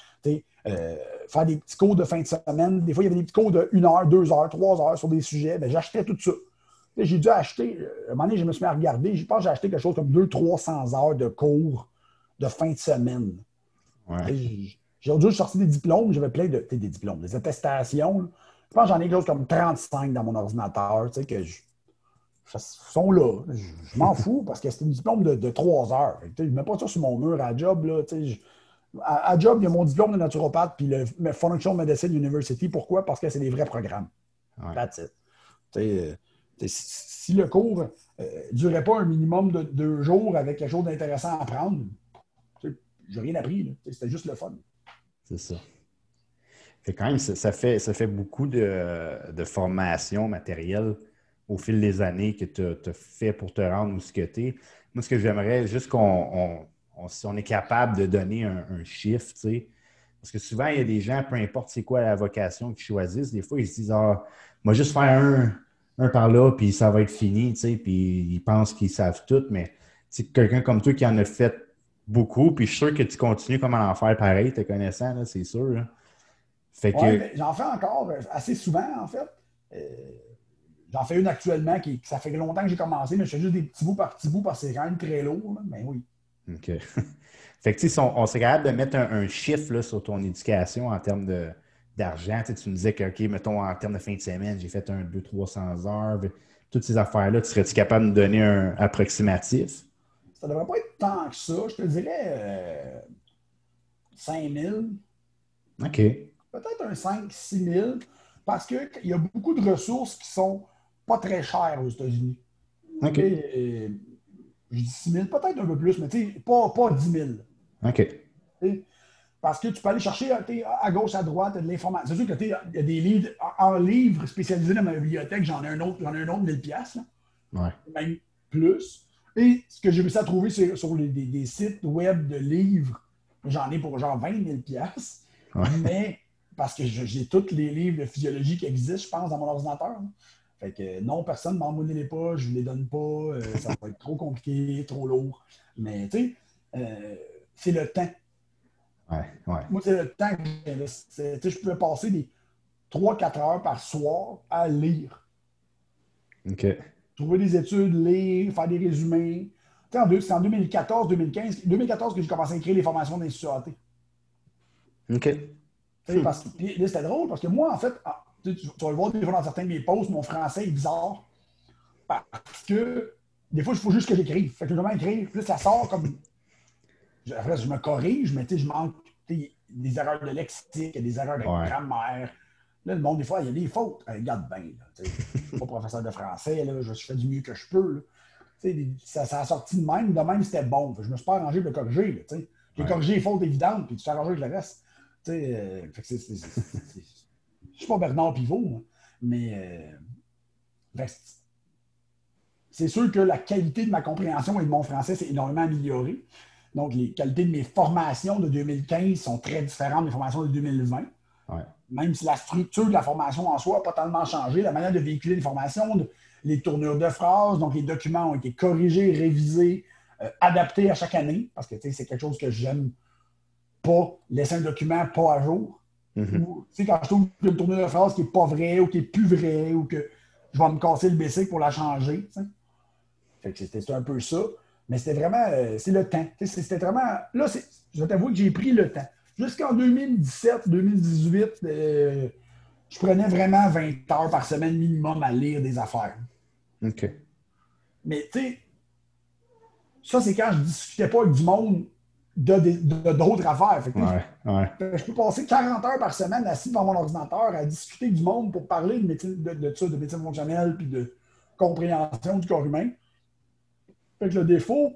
faire des petits cours de fin de semaine. Des fois, il y avait des petits cours de 1 heure, 2 heures, 3 heures sur des sujets. J'achetais tout ça. J'ai dû acheter, à un moment donné, je me suis mis à regarder, je pense que j'ai acheté quelque chose comme 200-300 heures de cours de fin de semaine. Ouais. J'ai aujourd'hui sorti des diplômes, j'avais plein de des diplômes, des attestations. Là. Je pense que j'en ai quelque chose comme 35 dans mon ordinateur, sont là. Je m'en fous parce que c'est un diplôme de 3 heures. Je ne mets pas ça sur mon mur à job. Là, à job, il y a mon diplôme de naturopathe puis le Functional Medicine University. Pourquoi? Parce que c'est des vrais programmes. Ouais. That's it. Si le cours ne durait pas un minimum de 2 jours avec quelque chose d'intéressant à apprendre, j'ai rien appris. C'était juste le fun. C'est ça. Fait quand même, ça fait beaucoup de formation matérielle au fil des années que tu as fait pour te rendre où ce que tu es. Moi, ce que j'aimerais, juste si on est capable de donner un chiffre, tu sais, parce que souvent, il y a des gens, peu importe c'est quoi la vocation qu'ils choisissent, des fois, ils se disent « moi, juste faire un par là, puis ça va être fini, tu sais, puis ils pensent qu'ils savent tout, mais c'est quelqu'un comme toi qui en a fait beaucoup, puis je suis sûr que tu continues comme à en faire pareil, te connaissant, là, c'est sûr. Là. Fait que... j'en fais encore assez souvent, en fait. J'en fais une actuellement ça fait longtemps que j'ai commencé, mais je fais juste des petits bouts par petits bouts parce que c'est quand même très lourd. Là. Mais oui. OK. Fait que, si on serait capable de mettre un chiffre là, sur ton éducation en termes d'argent. Tu me disais que, OK, mettons, en termes de fin de semaine, j'ai fait 200-300 heures. Toutes ces affaires-là, tu serais-tu capable de me donner un approximatif? Ça ne devrait pas être tant que ça. Je te dirais 5 000. OK. Peut-être un 5-6 000. Parce qu'il y a beaucoup de ressources qui sont pas très chères aux États-Unis. OK. Je dis 6 000, peut-être un peu plus, mais pas 10 000. OK. Parce que tu peux aller chercher à gauche, à droite, de l'information. C'est sûr qu'il y a des livres en livres spécialisés dans ma bibliothèque. J'en ai un autre 1000 $. Ouais. Même plus. Et ce que j'ai réussi à trouver sur des sites web de livres, j'en ai pour genre 20 000 $. Ouais. Mais parce que j'ai tous les livres de physiologie qui existent, je pense, dans mon ordinateur. Là. Fait que non, personne ne m'en monnaie les pas, je ne vous les donne pas, ça va être trop compliqué, trop lourd. Mais tu sais, c'est le temps. Ouais. Moi, c'est le temps que je pouvais passer des 3-4 heures par soir à lire. OK. Trouver des études, lire, faire des résumés. C'est en 2014-2015, 2014 que j'ai commencé à écrire les formations d'Institut AT. OK. Parce que là, c'était drôle parce que moi, en fait, tu vas le voir des fois dans certains de mes posts, mon français est bizarre. Parce que des fois, il faut juste que j'écrive. Fait que je vais vraiment écrire. Puis là, ça sort comme. Après, je me corrige, mais je manque des erreurs de lexique, des erreurs de grammaire. Là, le monde, des fois, il y a des fautes. Regarde bien. Je ne suis pas professeur de français, là, je fais du mieux que je peux. Ça a sorti de même, c'était bon. Je ne me suis pas arrangé de le corriger. J'ai corrigé les fautes évidentes, puis tu t'es arrangé avec le reste. Je ne suis pas Bernard Pivot, moi, mais c'est sûr que la qualité de ma compréhension et de mon français s'est énormément améliorée. Donc, les qualités de mes formations de 2015 sont très différentes des formations de 2020. Ouais. Même si la structure de la formation en soi n'a pas tellement changé, la manière de véhiculer l'information, les tournures de phrases, donc les documents ont été corrigés, révisés, adaptés à chaque année, parce que c'est quelque chose que j'aime pas, laisser un document pas à jour. Mm-hmm. Ou, quand je trouve une tournure de phrase qui n'est pas vraie ou qui n'est plus vraie ou que je vais me casser le bicycle pour la changer. Fait que c'était un peu ça. Mais c'était vraiment, c'est le temps. C'était vraiment, là, je vais t'avouer que j'ai pris le temps. Jusqu'en 2017-2018, je prenais vraiment 20 heures par semaine minimum à lire des affaires. OK. Mais tu sais, ça, c'est quand je ne discutais pas avec du monde d'autres affaires. Fait que, Ouais. je peux passer 40 heures par semaine assis devant mon ordinateur à discuter du monde pour parler de médecine, de médecine fonctionnelle puis de compréhension du corps humain. Fait que le défaut,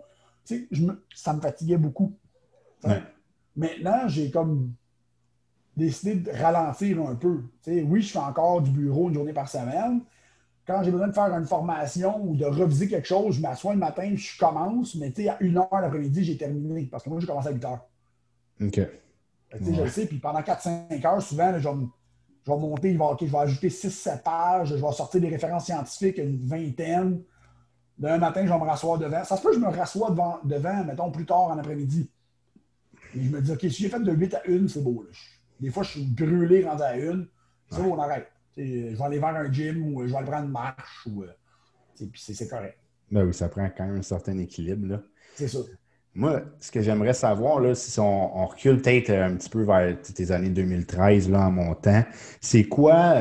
ça me fatiguait beaucoup. Ouais. Maintenant, j'ai comme décidé de ralentir un peu. Oui, je fais encore du bureau une journée par semaine. Quand j'ai besoin de faire une formation ou de reviser quelque chose, je m'assois le matin, je commence, mais à 1h l'après-midi, j'ai terminé. Parce que moi, j'ai commencé à 8h. OK. Je le sais, puis pendant 4-5 heures, souvent, là, je vais monter, je vais ajouter 6-7 pages, je vais sortir des références scientifiques, une vingtaine. D'un matin, je vais me rasseoir devant. Ça se peut que je me rassois devant, mettons, plus tard en après-midi. Et je me dis, OK, si j'ai fait de 8 à 1, c'est beau. Là. Des fois, je suis brûlé rendu à 1. C'est beau, on arrête. Je vais aller vers un gym ou je vais aller prendre une marche. Puis c'est correct. Ben oui, ça prend quand même un certain équilibre. Là. C'est ça. Moi, ce que j'aimerais savoir, là, si on recule peut-être un petit peu vers tes années 2013 là, en montant, c'est quoi,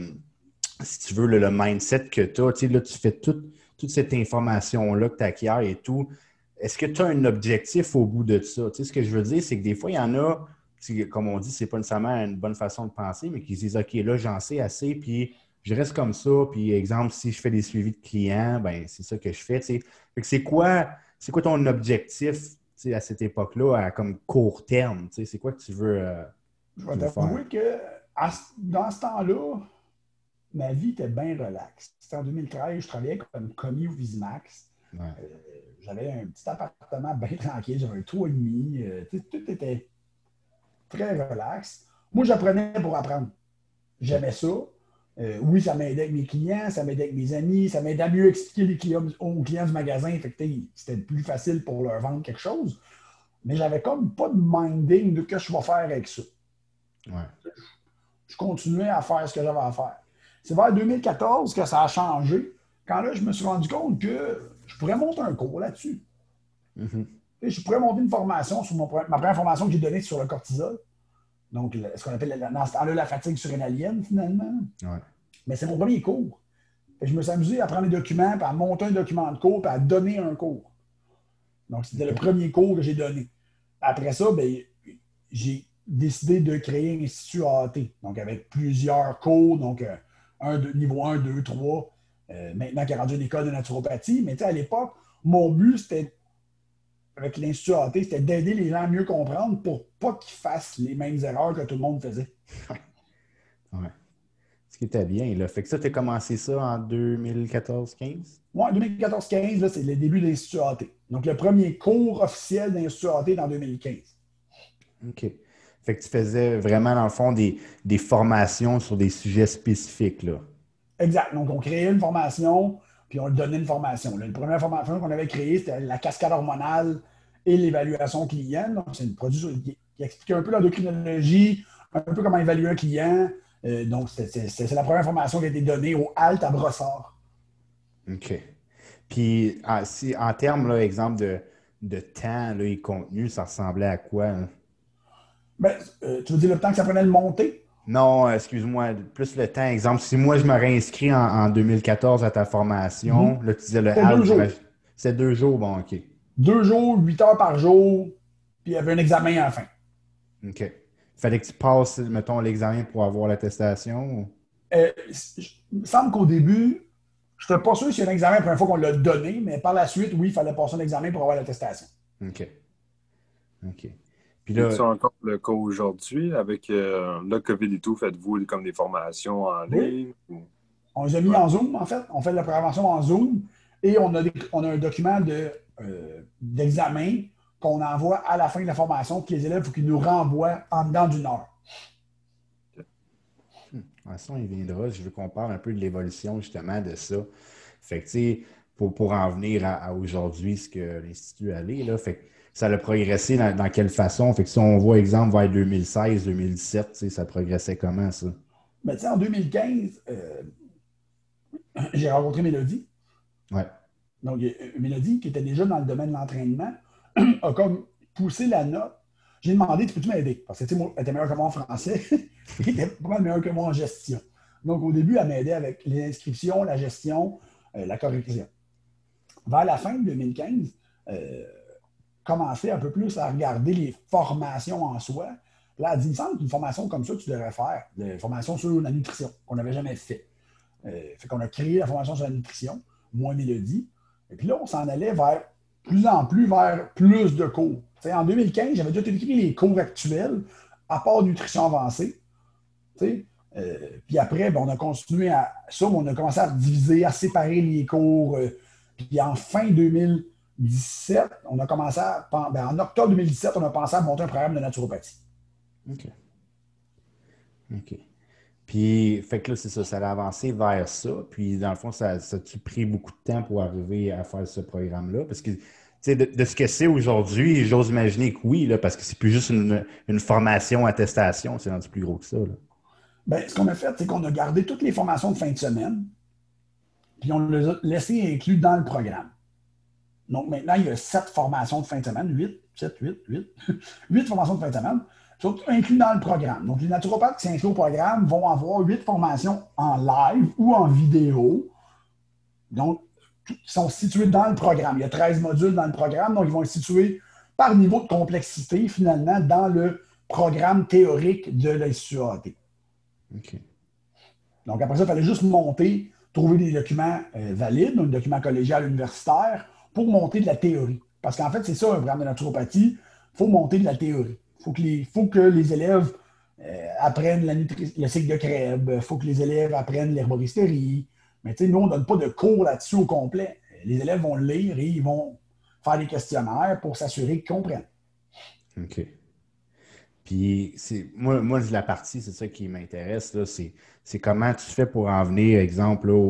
si tu veux, le mindset que tu as? Là, tu fais toute cette information-là que tu acquiers et tout. Est-ce que tu as un objectif au bout de ça? Ce que je veux dire, c'est que des fois, il y en a, comme on dit, c'est pas nécessairement une bonne façon de penser, mais qui se disent, OK, là, j'en sais assez, puis je reste comme ça, puis exemple, si je fais des suivis de clients, ben c'est ça que je fais. Fait que c'est quoi ton objectif à cette époque-là, à comme court terme? C'est quoi que tu veux, je vais faire? t'avouer que dans ce temps-là, ma vie était bien relaxe. C'était en 2013, je travaillais comme commis au Visimax. Ouais. J'avais un petit appartement bien tranquille, j'avais un toit et demi. Tout était très relax. Moi, j'apprenais pour apprendre. J'aimais ça. Oui, ça m'aidait avec mes clients, ça m'aidait avec mes amis, ça m'aidait à mieux expliquer aux clients du magasin. C'était plus facile pour leur vendre quelque chose. Mais j'avais comme pas de minding de ce que je vais faire avec ça. Ouais. Je continuais à faire ce que j'avais à faire. C'est vers 2014 que ça a changé. Quand là, je me suis rendu compte que je pourrais monter un cours là-dessus. Mm-hmm. Je pourrais monter une formation sur ma première formation que j'ai donnée sur le cortisol. Donc, ce qu'on appelle dans ce temps-là la fatigue surrénalienne, finalement. Ouais. Mais c'est mon premier cours. Je me suis amusé à prendre des documents, puis à monter un document de cours, puis à donner un cours. Donc, c'était le premier cours que j'ai donné. Après ça, j'ai décidé de créer un institut AAT. Donc, avec plusieurs cours, donc niveau 1, 2, 3. Maintenant, qui est rendu une école de naturopathie. Mais à l'époque, mon but, c'était avec l'Institut AT, c'était d'aider les gens à mieux comprendre pour pas qu'ils fassent les mêmes erreurs que tout le monde faisait. Ouais. Ce qui était bien, là. Fait que ça, tu as commencé ça en 2014-15? Oui, 2014-15, c'est le début de l'Institut AT. Donc, le premier cours officiel d'Institut AT est en 2015. OK. Fait que tu faisais vraiment, dans le fond, des formations sur des sujets spécifiques, là. Exact. Donc, on créait une formation, puis on donnait une formation. La première formation qu'on avait créée, c'était la cascade hormonale et l'évaluation client. Donc, c'est un produit qui expliquait un peu l'endocrinologie, un peu comment évaluer un client. Donc, c'est la première formation qui a été donnée au HALT à Brossard. OK. Puis, si, en termes, là, exemple de temps là, et contenu, ça ressemblait à quoi? Hein? Tu veux dire le temps que ça prenait de monter? Non, excuse-moi, plus le temps. Exemple, si moi, je m'aurais inscrit en 2014 à ta formation, là, tu disais le C'était 2 jours. C'est 2 jours, bon, OK. 2 jours, 8 heures par jour, puis il y avait un examen à la fin. OK. Fallait que tu passes, mettons, l'examen pour avoir l'attestation? Il me semble qu'au début, je n'étais pas sûr s'il y a un examen la première fois qu'on l'a donné, mais par la suite, oui, il fallait passer un examen pour avoir l'attestation. OK. OK. Puis là, c'est encore le cas aujourd'hui avec le COVID et tout? Faites-vous comme des formations en ligne? Ou... On les a mis en Zoom, en fait. On fait de la prévention en Zoom et on a un document d'examen qu'on envoie à la fin de la formation, puis les élèves, il faut qu'ils nous renvoient en dedans d'une heure. Ça, il viendra. Je veux qu'on parle un peu de l'évolution, justement, de ça. Fait que, tu sais, pour en venir à aujourd'hui, ce que l'Institut allait, là, fait que ça a progressé dans quelle façon? Fait que si on voit, exemple, vers 2016, 2017, ça progressait comment, ça? Ben, tu sais, en 2015, j'ai rencontré Mélodie. Ouais. Donc, Mélodie, qui était déjà dans le domaine de l'entraînement, a comme poussé la note. J'ai demandé, tu peux-tu m'aider? Parce que, tu sais, moi, elle était meilleure que moi en français, et elle était pas mal meilleure que moi en gestion. Donc, au début, elle m'aidait avec les inscriptions, la gestion, la correction. Vers la fin de 2015, commencer un peu plus à regarder les formations en soi. Là, elle dit, il me semble qu'une formation comme ça, tu devrais faire, une formation sur la nutrition, qu'on n'avait jamais fait. Fait qu'on a créé la formation sur la nutrition, moi, Mélodie. Et puis là, on s'en allait vers plus en plus vers plus de cours. T'sais, en 2015, j'avais déjà écrit les cours actuels, à part nutrition avancée. Puis après, ben, on a continué à ça, on a commencé à diviser, à séparer les cours. Puis en fin 2017, on a commencé à. Ben, en octobre 2017, on a pensé à monter un programme de naturopathie. OK. OK. Puis, fait que là, c'est ça, ça a avancé vers ça. Puis, dans le fond, ça a-tu pris beaucoup de temps pour arriver à faire ce programme-là? Parce que, tu sais, de ce que c'est aujourd'hui, j'ose imaginer que oui, là, parce que c'est plus juste une formation, attestation, c'est rendu plus gros que ça, là. Bien, ce qu'on a fait, c'est qu'on a gardé toutes les formations de fin de semaine, puis on les a laissées incluses dans le programme. Donc, maintenant, il y a 7 formations de fin de semaine, 8 8 formations de fin de semaine, sont inclus dans le programme. Donc, les naturopathes qui s'inscrivent au programme vont avoir 8 formations en live ou en vidéo, donc, qui sont situées dans le programme. Il y a 13 modules dans le programme, donc ils vont être situés par niveau de complexité, finalement, dans le programme théorique de l'ISUAT. OK. Donc, après ça, il fallait juste monter, trouver des documents valides, donc des documents collégiales universitaires, pour monter de la théorie. Parce qu'en fait, c'est ça, un programme de naturopathie, il faut monter de la théorie. Il faut que les élèves apprennent le cycle de Krebs, il faut que les élèves apprennent l'herboristerie. Mais tu sais, nous, on ne donne pas de cours là-dessus au complet. Les élèves vont le lire et ils vont faire des questionnaires pour s'assurer qu'ils comprennent. OK. Puis, moi, la partie, c'est ça qui m'intéresse, là, c'est comment tu fais pour en venir, exemple, là,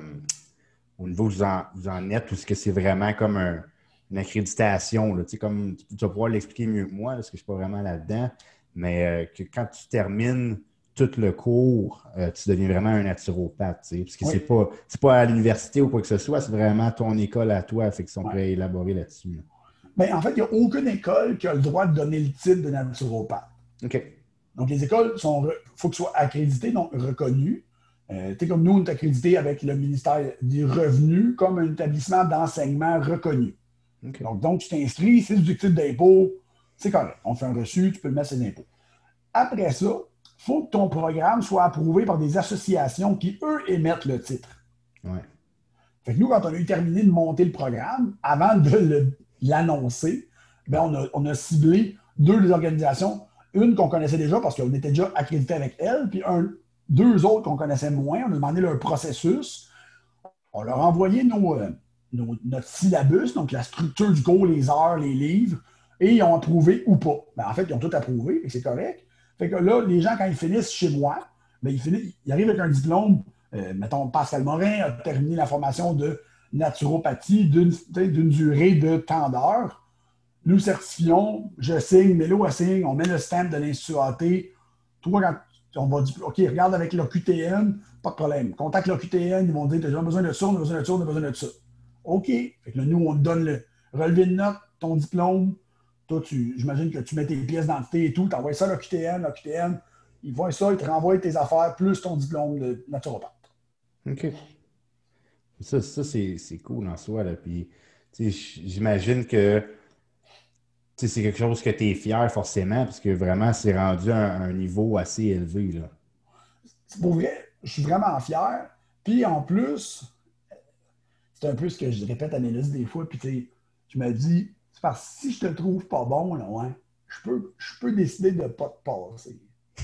au niveau où vous en êtes, ou est-ce que c'est vraiment comme une accréditation, là, tu sais, comme tu vas pouvoir l'expliquer mieux que moi, parce que je ne suis pas vraiment là-dedans, mais que quand tu termines tout le cours, tu deviens vraiment un naturopathe, tu sais, parce que Oui. c'est pas à l'université ou quoi que ce soit, c'est vraiment ton école à toi, fait qu'ils sont prêts à élaborer là-dessus. Là. Bien, en fait, il n'y a aucune école qui a le droit de donner le titre de naturopathe. OK. Donc, les écoles, il faut qu'elles soient accréditées, donc reconnues. Tu sais, comme nous, on est accrédité avec le ministère des Revenus comme un établissement d'enseignement reconnu. Okay. Donc, tu t'inscris, c'est du titre d'impôt, c'est correct. On te fait un reçu, tu peux le mettre sur les impôts. Après ça, il faut que ton programme soit approuvé par des associations qui, eux, émettent le titre. Ouais. Fait que nous, quand on a eu terminé de monter le programme, avant de l'annoncer, ben on a ciblé 2 des organisations. Une qu'on connaissait déjà parce qu'on était déjà accrédité avec elle, puis 2 autres qu'on connaissait moins. On a demandé leur processus. On leur a envoyé notre syllabus, donc la structure du cours, les heures, les livres, et ils ont approuvé ou pas. Ben, en fait, ils ont tout approuvé et c'est correct. Fait que là, les gens, quand ils finissent chez moi, ben, ils arrivent avec un diplôme. Mettons, Pascal Morin a terminé la formation de naturopathie d'une durée de tant d'heures. Nous certifions, je signe, Mélo signe, on met le stamp de l'Institut AT. Toi, quand on va dire, OK, regarde avec l'OQTN, pas de problème. Contacte l'OQTN, ils vont dire, tu as besoin de ça, on a besoin de ça, on a besoin de ça. OK. Fait que là, nous, on te donne le relevé de notes, ton diplôme. Toi, j'imagine que tu mets tes pièces d'identité et tout, tu envoies ça à l'OQTN, ils voient ça, ils te renvoient tes affaires plus ton diplôme de naturopathe. OK. Ça c'est cool en soi. Là. Puis, j'imagine que c'est quelque chose que tu es fier forcément, parce que vraiment, c'est rendu à un niveau assez élevé. Là. Pour vrai, je suis vraiment fier. Puis en plus, c'est un peu ce que je répète à Mélodie des fois. Puis je me dis, c'est parce que si je te trouve pas bon, là, ouais, je peux décider de ne pas te passer.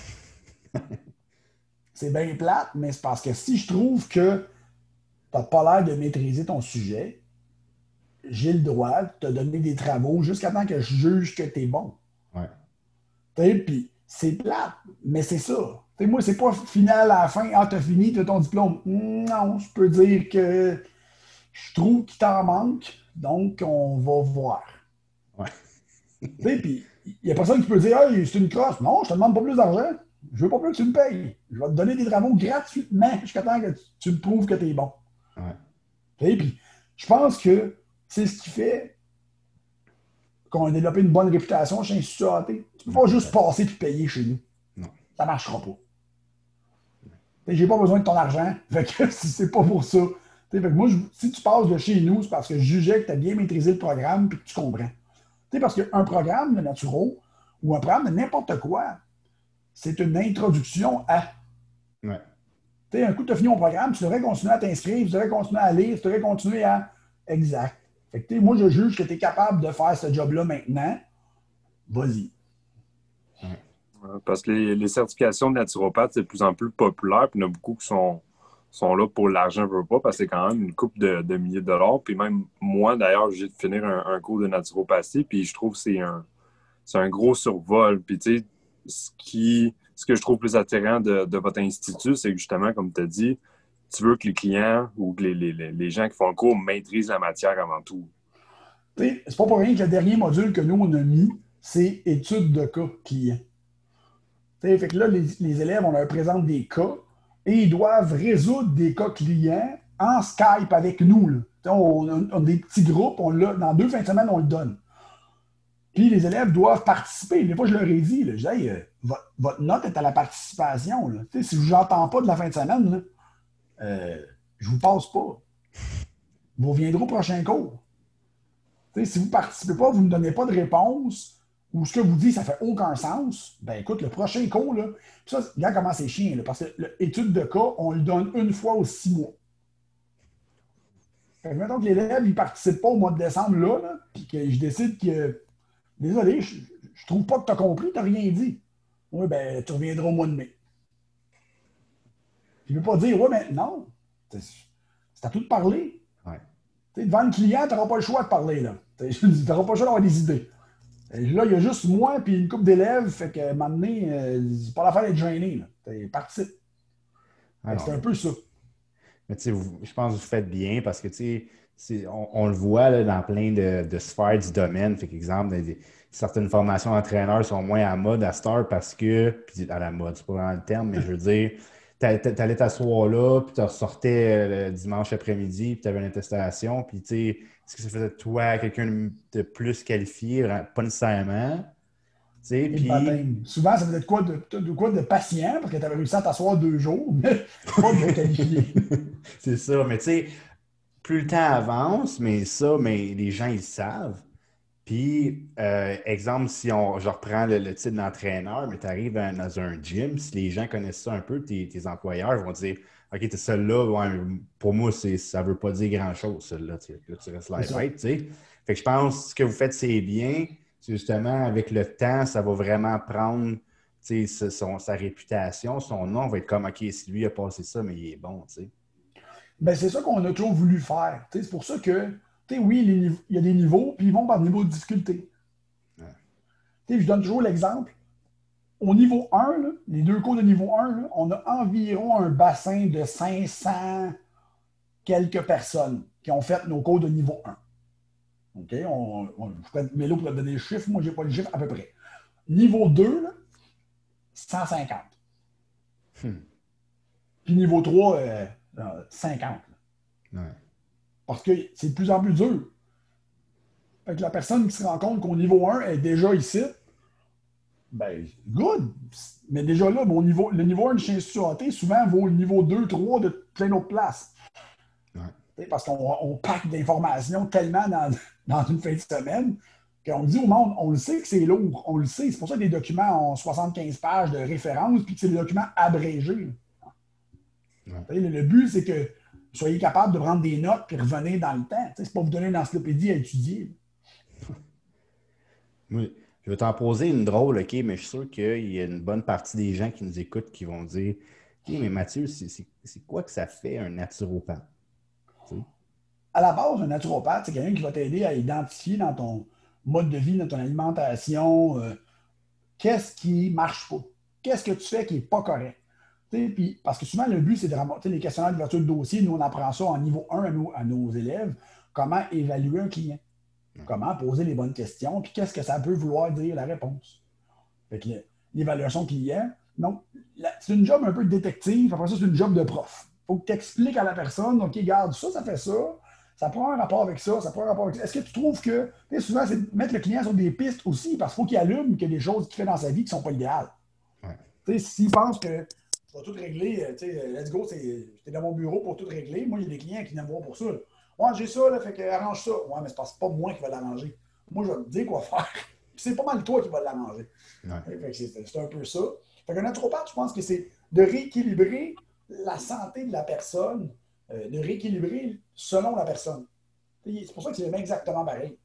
C'est bien plate, mais c'est parce que si je trouve que tu n'as pas l'air de maîtriser ton sujet, j'ai le droit de te donner des travaux jusqu'à temps que je juge que tu es bon. Ouais. Puis c'est plate, mais c'est ça. T'sais, moi, c'est pas final à la fin, ah, t'as fini, t'as ton diplôme. Non, je peux dire que je trouve qu'il t'en manque, donc on va voir. Ouais. Puis il n'y a personne qui peut dire, hey, c'est une crosse. Non, je te demande pas plus d'argent. Je veux pas plus que tu me payes. Je vais te donner des travaux gratuitement jusqu'à temps que tu me prouves que tu es bon. Ouais. Puis je pense que c'est ce qui fait qu'on a développé une bonne réputation chez Institut AT. Tu ne peux pas juste passer et payer chez nous. Non. Ça ne marchera pas. J'ai pas besoin de ton argent. Fait que si c'est pas pour ça. Fait que moi, si tu passes de chez nous, c'est parce que je jugeais que tu as bien maîtrisé le programme et que tu comprends. Parce qu'un programme de naturo ou un programme de n'importe quoi, c'est une introduction à. Ouais. Un coup, tu as fini mon programme, tu devrais continuer à t'inscrire, tu devrais continuer à lire, tu devrais continuer à. Exact. Fait que, moi, je juge que tu es capable de faire ce job-là maintenant. Vas-y. Parce que les certifications de naturopathe, c'est de plus en plus populaire. Puis il y en a beaucoup qui sont là pour l'argent, veut pas, parce que c'est quand même une couple de milliers de dollars. Puis même moi, d'ailleurs, j'ai de finir un cours de naturopathie, puis je trouve que c'est un gros survol. Puis tu sais, ce que je trouve plus attirant de votre institut, c'est que justement, comme tu as dit, tu veux que les clients ou que les gens qui font le cours maîtrisent la matière avant tout. C'est pas pour rien que le dernier module que nous, on a mis, c'est études de cas clients. Fait que là, les élèves, on leur présente des cas et ils doivent résoudre des cas clients en Skype avec nous. Là. On a des petits groupes, dans 2 fins de semaine, on le donne. Puis les élèves doivent participer. Des fois, je leur ai dit, là, je dis, hey, votre note est à la participation. Là. Si je ne vous entends pas de la fin de semaine, là, je ne vous passe pas. Vous reviendrez au prochain cours. Si vous ne participez pas, vous ne me donnez pas de réponse, ou ce que vous dites, ça ne fait aucun sens, ben écoute, le prochain cours, là, ça, regarde comment c'est chiant, là, parce que l'étude de cas, on le donne une fois aux 6 mois. Fait que mettons que l'élève, il ne participe pas au mois de décembre, là, puis que je décide que, désolé, je ne trouve pas que tu as compris, tu n'as rien dit. Oui, ben, tu reviendras au mois de mai. Je ne veux pas dire, oui, mais non, c'est à tout de parler. Ouais. Devant le client, tu n'auras pas le choix de parler, là. Tu n'auras pas le choix d'avoir des idées. Là, il y a juste moi et une couple d'élèves, fait que à un moment donné, c'est pas l'affaire d'être gêné. Participe. C'est un peu ça. Mais tu sais, je pense que vous faites bien parce que tu sais, on le voit là, dans plein de sphères du domaine. Fait qu'exemple, certaines formations d'entraîneurs sont moins à la mode à cette heure parce que, puis à la mode, c'est pas vraiment le terme, mais je veux dire, tu allais t'asseoir là, puis tu ressortais le dimanche après-midi, puis tu avais une attestation, puis tu sais, est-ce que ça faisait de toi quelqu'un de plus qualifié? Pas nécessairement. Puis... Souvent, ça faisait de quoi de patient, parce que tu avais réussi à t'asseoir 2 jours, mais pas de qualifié. C'est ça, mais tu sais, plus le temps avance, mais les gens, ils savent. Puis, exemple, si je reprends le titre d'entraîneur, mais tu arrives dans un gym, si les gens connaissent ça un peu, tes employeurs vont dire OK, t'es celle-là, ouais, pour moi, ça ne veut pas dire grand-chose, celle-là. Là, tu restes live, right, tu sais. Fait que je pense que ce que vous faites, c'est bien. C'est justement, avec le temps, ça va vraiment prendre sa réputation, son nom va être comme OK, si lui a passé ça, mais il est bon, tu sais. Ben, c'est ça qu'on a toujours voulu faire. C'est pour ça que, oui, il y a des niveaux, puis ils vont par niveau de difficulté. Ouais. Je donne toujours l'exemple. Au niveau 1, là, les 2 cours de niveau 1, là, on a environ un bassin de 500 quelques personnes qui ont fait nos cours de niveau 1. OK? Je ferai Mélo pour donner le chiffre. Moi, je n'ai pas le chiffre à peu près. Niveau 2, là, 150. Puis niveau 3, 50. Ouais. Parce que c'est de plus en plus dur. Fait que la personne qui se rend compte qu'au niveau 1 est déjà ici, ben, good. Mais déjà là, le niveau 1 de chez Institut AT souvent vaut le niveau 2, 3 de plein d'autres places. Ouais. Parce qu'on pack d'informations tellement dans une fin de semaine qu'on dit au monde, on le sait que c'est lourd, on le sait. C'est pour ça que les documents ont 75 pages de référence puis que c'est des documents abrégés. Ouais. Le but, c'est que vous soyez capable de prendre des notes et revenir dans le temps. C'est pas vous donner une encyclopédie à étudier. Oui. Je vais t'en poser une drôle, OK, mais je suis sûr qu'il y a une bonne partie des gens qui nous écoutent qui vont dire OK, mais Mathieu, c'est quoi que ça fait un naturopathe? T'sais? À la base, un naturopathe, c'est quelqu'un qui va t'aider à identifier dans ton mode de vie, dans ton alimentation, qu'est-ce qui ne marche pas. Qu'est-ce que tu fais qui n'est pas correct. Puis, parce que souvent, le but, c'est de ramasser les questionnaires d'ouverture de dossier. Nous, on apprend ça en niveau 1 à nos élèves. Comment évaluer un client. Comment poser les bonnes questions, puis qu'est-ce que ça peut vouloir dire la réponse. Fait que l'évaluation client, donc, c'est une job un peu de détective, après ça, c'est une job de prof. Il faut que tu expliques à la personne, OK, regarde, ça fait ça, ça prend un rapport avec ça, ça prend un rapport avec ça. Est-ce que tu trouves que, tu sais, souvent, c'est de mettre le client sur des pistes aussi, parce qu'il faut qu'il allume qu'il y a des choses qu'il fait dans sa vie qui ne sont pas idéales. Ouais. Tu sais, s'il pense que tu vas tout régler, tu sais, let's go, t'es dans mon bureau pour tout régler. Moi, il y a des clients qui viennent me voir pour ça. Là. Ouais, j'ai ça, là, fait que arrange ça. Ouais, mais c'est pas moi qui va l'arranger. Moi, je vais te dire quoi faire. C'est pas mal toi qui vas l'arranger. Ouais. C'est un peu ça. Fait qu'un naturopathe, je pense que c'est de rééquilibrer la santé de la personne, de rééquilibrer selon la personne. C'est pour ça que c'est exactement pareil.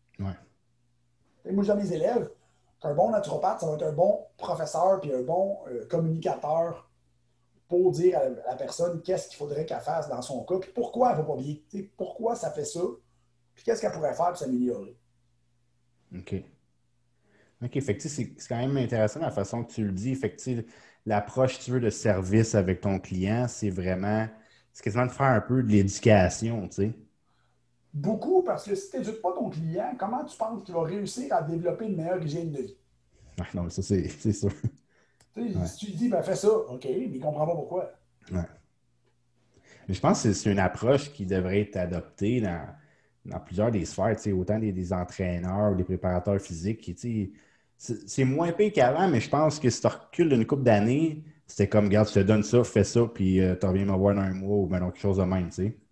Ouais. Moi, je dis à mes élèves qu'un bon naturopathe, ça va être un bon professeur puis un bon communicateur pour dire à la personne qu'est-ce qu'il faudrait qu'elle fasse dans son cas, puis pourquoi elle ne va pas bien. Pourquoi ça fait ça, puis qu'est-ce qu'elle pourrait faire pour s'améliorer. OK. OK. Fait que c'est quand même intéressant la façon que tu le dis. Fait que l'approche, tu veux, de service avec ton client, c'est quasiment de faire un peu de l'éducation, tu sais. Beaucoup, parce que si tu n'éduques pas ton client, comment tu penses qu'il va réussir à développer une meilleure hygiène de vie? Ouais, non, mais ça, c'est sûr. Ouais. Si tu lui dis, ben fais ça, OK, mais il ne comprend pas pourquoi. Ouais. Mais je pense que c'est une approche qui devrait être adoptée dans plusieurs des sphères, autant des entraîneurs ou des préparateurs physiques. C'est moins pire qu'avant, mais je pense que si tu recules d'une couple d'années, c'était comme, regarde, je te donne ça, fais ça, puis tu reviens me voir dans un mois ou ben, quelque chose de même.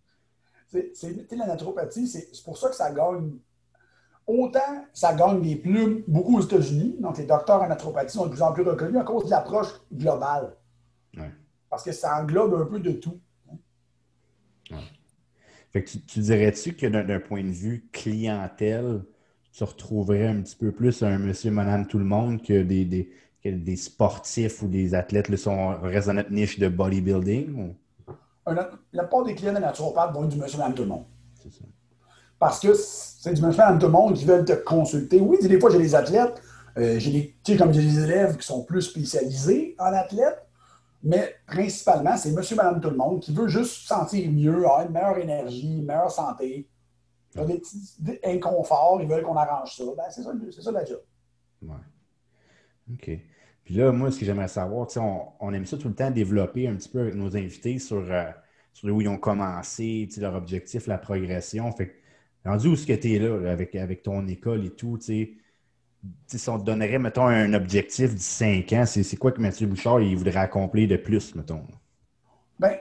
La naturopathie, c'est pour ça que ça gagne. Autant ça gagne des plumes beaucoup aux États-Unis, donc les docteurs en naturopathie sont de plus en plus reconnus à cause de l'approche globale. Ouais. Parce que ça englobe un peu de tout. Ouais. Fait que tu dirais-tu que d'un point de vue clientèle, tu retrouverais un petit peu plus un monsieur, madame, tout le monde que des sportifs ou des athlètes restent dans notre niche de bodybuilding? Ou? La plupart des clients de naturopathe vont être du monsieur, madame, tout le monde. C'est ça. Parce que c'est du monsieur, madame, tout le monde qui veulent te consulter. Oui, des fois, j'ai des athlètes, comme j'ai des élèves qui sont plus spécialisés en athlètes, mais principalement, c'est monsieur, madame, tout le monde qui veut juste se sentir mieux, avoir une meilleure énergie, une meilleure santé. Ils ont des petits inconforts, ils veulent qu'on arrange ça. Ben, c'est ça la job. Ouais. OK. Puis là, moi, ce que j'aimerais savoir, on aime ça tout le temps développer un petit peu avec nos invités sur où ils ont commencé, leur objectif, la progression. Fait que, rendu où est-ce que tu es là, avec ton école et tout, si on te donnerait, mettons, un objectif de 5 ans, c'est quoi que Mathieu Bouchard il voudrait accomplir de plus, mettons? Ben,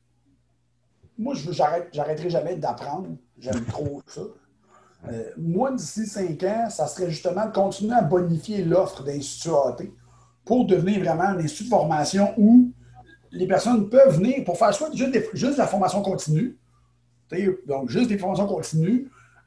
moi, j'arrêterai jamais d'apprendre. J'aime trop ça. Moi, d'ici 5 ans, ça serait justement de continuer à bonifier l'offre d'Institut AT pour devenir vraiment un institut de formation où les personnes peuvent venir pour faire soit juste de la formation continue, donc juste des formations continues,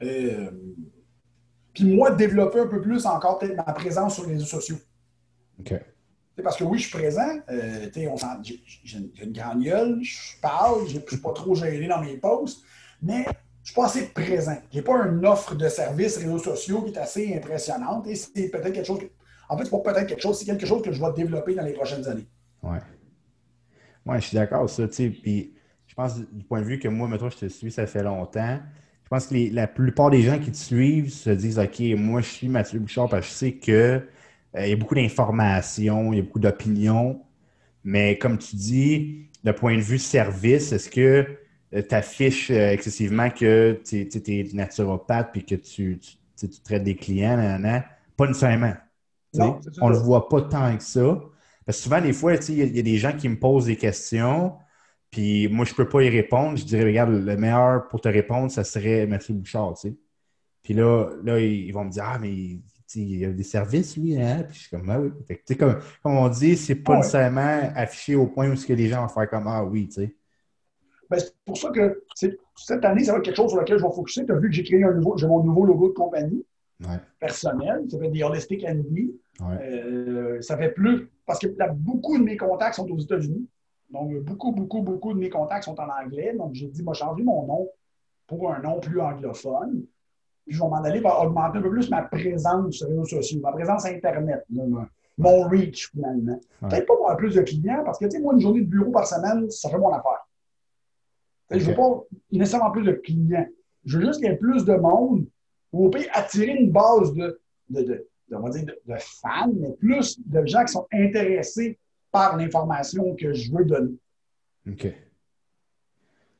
puis moi, développer un peu plus encore peut-être ma présence sur les réseaux sociaux. OK. Parce que oui, je suis présent, j'ai une grande gueule, je parle, je ne suis pas trop gêné dans mes posts, mais je ne suis pas assez présent. Je n'ai pas une offre de services réseaux sociaux qui est assez impressionnante et c'est peut-être quelque chose en fait, c'est pas peut-être quelque chose, c'est quelque chose que je vais développer dans les prochaines années. Ouais. Ouais, je suis d'accord, ça, puis je pense, du point de vue que moi, mettons, je te suis, ça fait longtemps, je pense que la plupart des gens qui te suivent se disent, OK, moi, je suis Mathieu Bouchard parce que je sais que il y a beaucoup d'informations, il y a beaucoup d'opinions, mais comme tu dis, de point de vue service, est-ce que tu affiches excessivement que tu es naturopathe puis que tu traites des clients, nanana? Pas nécessairement. Non, On ne le voit pas tant que ça. Parce que souvent, des fois, il y a des gens qui me posent des questions, puis moi, je ne peux pas y répondre. Je dirais, regarde, le meilleur pour te répondre, ça serait Mathieu Bouchard, tu sais. Puis là, ils vont me dire, ah, mais il y a des services, lui, hein? Puis je suis comme, ah oui. Fait que, comme on dit, c'est pas nécessairement affiché au point où ce que les gens vont faire comme, ah oui, tu sais. Ben, c'est pour ça que cette année, ça va être quelque chose sur lequel je vais focuser. Tu as vu que j'ai mon nouveau logo de compagnie personnel. Ça fait des Holistic Envy. Ouais. Ça fait plus. Parce que beaucoup de mes contacts sont aux États-Unis. Donc, beaucoup de mes contacts sont en anglais. Donc, j'ai dit, moi, changer mon nom pour un nom plus anglophone. Puis, je vais m'en aller pour augmenter un peu plus ma présence sur les réseaux sociaux, ma présence Internet, là, mon reach, finalement. Peut-être pas pour avoir plus de clients, parce que, tu sais, moi, une journée de bureau par semaine, ça fait mon affaire. Je ne veux pas nécessairement plus de clients. Je veux juste qu'il y ait plus de monde ou au pire attirer une base on va dire de fans, mais plus de gens qui sont intéressés par l'information que je veux donner. OK.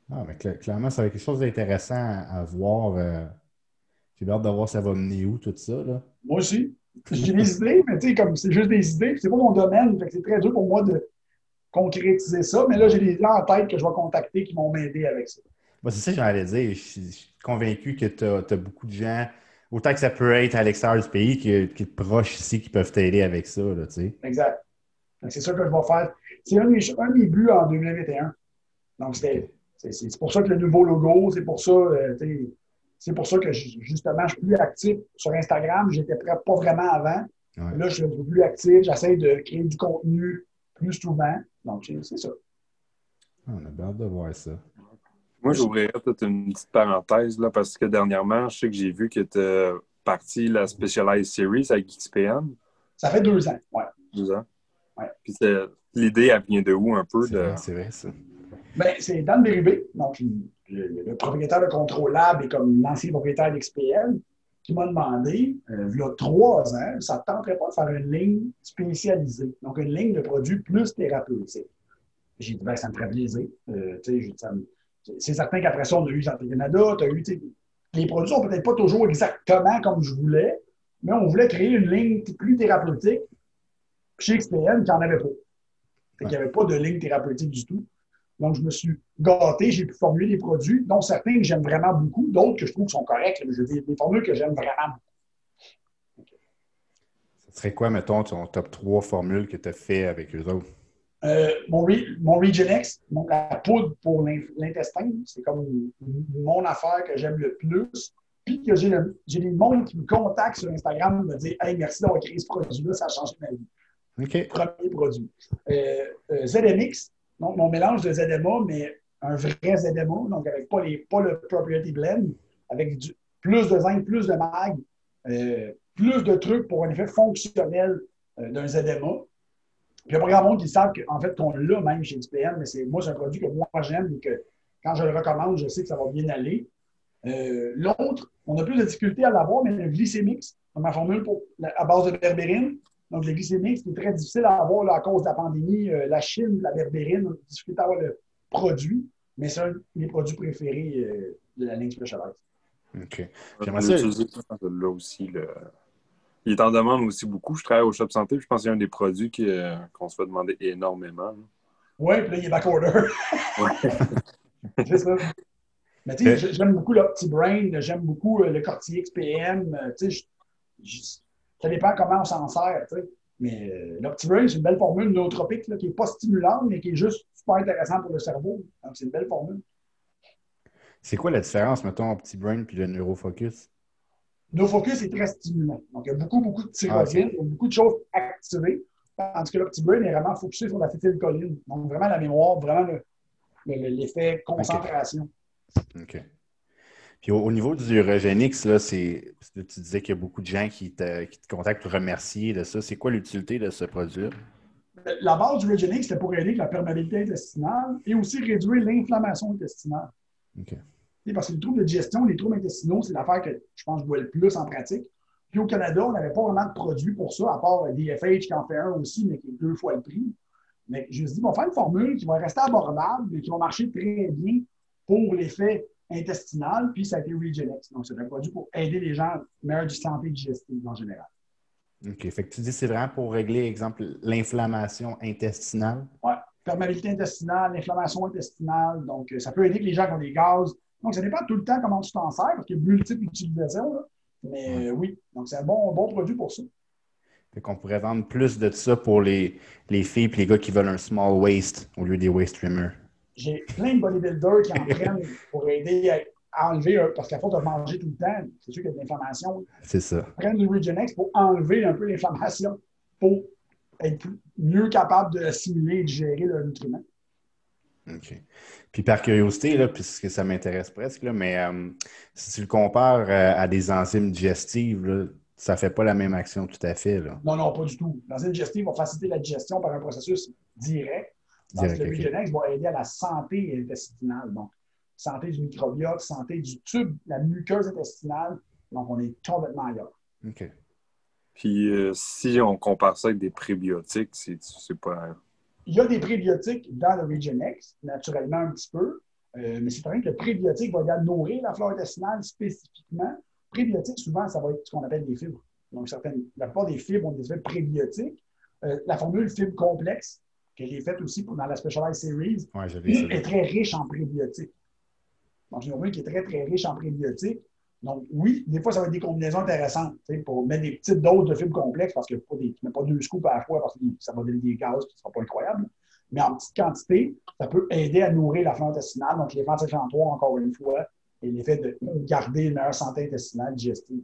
Ah, mais clairement, ça va être quelque chose d'intéressant à voir. J'ai hâte de voir ça va mener où, tout ça, là. Moi aussi. J'ai des idées, mais tu sais, comme c'est juste des idées, puis c'est pas mon domaine, fait que c'est très dur pour moi de concrétiser ça. Mais là, Ouais. j'ai des gens en tête que je vais contacter qui vont m'aider avec ça. Moi, c'est ça que j'allais dire. Je suis convaincu que tu as beaucoup de gens, autant que ça peut être à l'extérieur du pays, qui est proche ici, qui peuvent t'aider avec ça, là, tu sais. Exact. Donc, c'est ça que je vais faire. C'est un de mes buts en 2021. Donc, OK. c'est pour ça que le nouveau logo, c'est pour ça, c'est pour ça que justement, je suis plus actif sur Instagram. J'étais pas vraiment avant. Ouais. Là, je suis plus actif. J'essaie de créer du contenu plus souvent. Donc, c'est ça. Ah, on a bien hâte de voir ça. Moi, j'ouvrirais peut-être une petite parenthèse là, parce que dernièrement, je sais que j'ai vu que tu as parti la Specialized Series avec XPN, Ça fait 2 ans. Ouais. 2 ans. Ouais. Puis l'idée, elle vient de où un peu? C'est vrai, ça. Ben, c'est Dan Bérubé, donc le propriétaire de Contrôlable et comme l'ancien propriétaire d'XPL, qui m'a demandé, il y a 3 ans, ça ne tenterait pas de faire une ligne spécialisée, donc une ligne de produits plus thérapeutiques. J'ai dit, ben, ça me ferait plaisir. C'est certain qu'après ça, on a eu Santé Canada, les produits sont peut-être pas toujours exactement comme je voulais, mais on voulait créer une ligne plus thérapeutique chez XPL qui n'en avait pas. Fait qu'il n'y avait pas de ligne thérapeutique du tout. Donc, je me suis gâté, j'ai pu formuler des produits, dont certains que j'aime vraiment beaucoup, d'autres que je trouve sont corrects. Je veux dire, des formules que j'aime vraiment beaucoup. Ça serait quoi, mettons, ton top 3 formules que tu as fait avec eux autres? Mon Regenex, donc la poudre pour l'intestin, c'est comme mon affaire que j'aime le plus. Puis que j'ai des mondes qui me contactent sur Instagram et me disent Hey, merci d'avoir créé ce produit-là, ça a changé ma vie. OK. Premier produit. ZMX, donc mon mélange de ZMA, mais un vrai ZMA, donc avec pas le Propriety Blend, avec plus de zinc, plus de mag, plus de trucs pour un effet fonctionnel d'un ZMA. Il n'y a pas grand monde qui savent qu'en fait, qu'on l'a même chez XPM, mais c'est un produit que moi j'aime et que quand je le recommande, je sais que ça va bien aller. L'autre, on a plus de difficulté à l'avoir, mais le glycémix, ma formule à base de berbérine. Donc, le glycémix, qui est très difficile à avoir là, à cause de la pandémie, la Chine, la berbérine, on a difficulté à avoir le produit, mais c'est un des produits préférés de la ligne Specialized. OK. Je J'aimerais l'ai ça. utilisé là aussi. Il est en demande aussi beaucoup. Je travaille au Shop Santé, je pense qu'il y a un des produits qu'on se fait demander énormément. Oui, puis là, il est backorder. Ouais. C'est ça. Mais tu sais, j'aime beaucoup l'OptiBrain, j'aime beaucoup le Cortier XPM. Tu sais, ça dépend comment on s'en sert. Tu sais. Mais l'OptiBrain, c'est une belle formule nootropique là, qui n'est pas stimulante, mais qui est juste super intéressante pour le cerveau. Donc, c'est une belle formule. C'est quoi la différence, mettons, au petit brain puis le neurofocus? NoFocus est très stimulant. Donc, il y a beaucoup, beaucoup de Ah, tyrosine, OK. beaucoup de choses activées. Tandis que l'OptiBrain est vraiment focusé sur l'acétylcholine. Donc, vraiment la mémoire, vraiment l'effet OK. concentration. OK. Puis au niveau du Regenix, là, tu disais qu'il y a beaucoup de gens qui te contactent pour remercier de ça. C'est quoi l'utilité de ce produit-là? La base du Regenix, c'était pour aider la perméabilité intestinale et aussi réduire l'inflammation intestinale. OK. Parce que les troubles de digestion, les troubles intestinaux, c'est l'affaire que je pense que je vois le plus en pratique. Puis au Canada, on n'avait pas vraiment de produit pour ça, à part DFH qui en fait un aussi, mais qui est 2 fois le prix. Mais je me suis dit, on va faire une formule qui va rester abordable, mais qui va marcher très bien pour l'effet intestinal, puis ça a été Regenex. Donc, c'est un produit pour aider les gens à meilleure santé digestive en général. OK. Fait que tu dis que c'est vraiment pour régler, exemple, l'inflammation intestinale? Oui. Perméabilité intestinale, l'inflammation intestinale. Donc, ça peut aider les gens qui ont des gaz. Donc, ça dépend tout le temps comment tu t'en sers, parce qu'il y a multiples utilisations. Là. Mais oui, donc c'est un bon produit pour ça. Fait qu'on pourrait vendre plus de ça pour les filles et les gars qui veulent un small waist au lieu des waist trimmers. J'ai plein de bodybuilders qui en prennent pour aider à enlever, parce qu'à force de manger tout le temps, c'est sûr qu'il y a de l'inflammation. C'est ça. Ils prennent du Regenex pour enlever un peu l'inflammation, pour être mieux capable d'assimiler et de gérer leurs nutriments. OK. Puis par curiosité, là, puisque ça m'intéresse presque, là, mais si tu le compares à des enzymes digestives, là, ça ne fait pas la même action tout à fait. Là. Non, pas du tout. L'enzyme digestive va faciliter la digestion par un processus direct. Tandis que le Regenex va aider à la santé intestinale. Donc, santé du microbiote, santé du tube, la muqueuse intestinale. Donc, on est complètement ailleurs. OK. Puis, si on compare ça avec des prébiotiques, c'est pas... Il y a des prébiotiques dans le Regenex, naturellement un petit peu. Mais c'est vrai que le prébiotique va aller nourrir la flore intestinale spécifiquement. Prébiotique, souvent, ça va être ce qu'on appelle des fibres. Donc, la plupart des fibres ont des effets prébiotiques. La formule fibre complexe, que j'ai faite aussi dans la Specialized Series, est très riche en prébiotiques. Donc, j'ai une formule qui est très, très riche en prébiotiques. Donc, oui, des fois, ça va être des combinaisons intéressantes pour mettre des petites doses de fibres complexes parce que tu ne mets pas 2 scoops à la fois parce que ça va donner des gaz qui ne seront pas incroyables. Mais en petite quantité, ça peut aider à nourrir la flore intestinale, donc l'effet anti-inflammatoire, encore une fois, et l'effet de garder une meilleure santé intestinale digestive.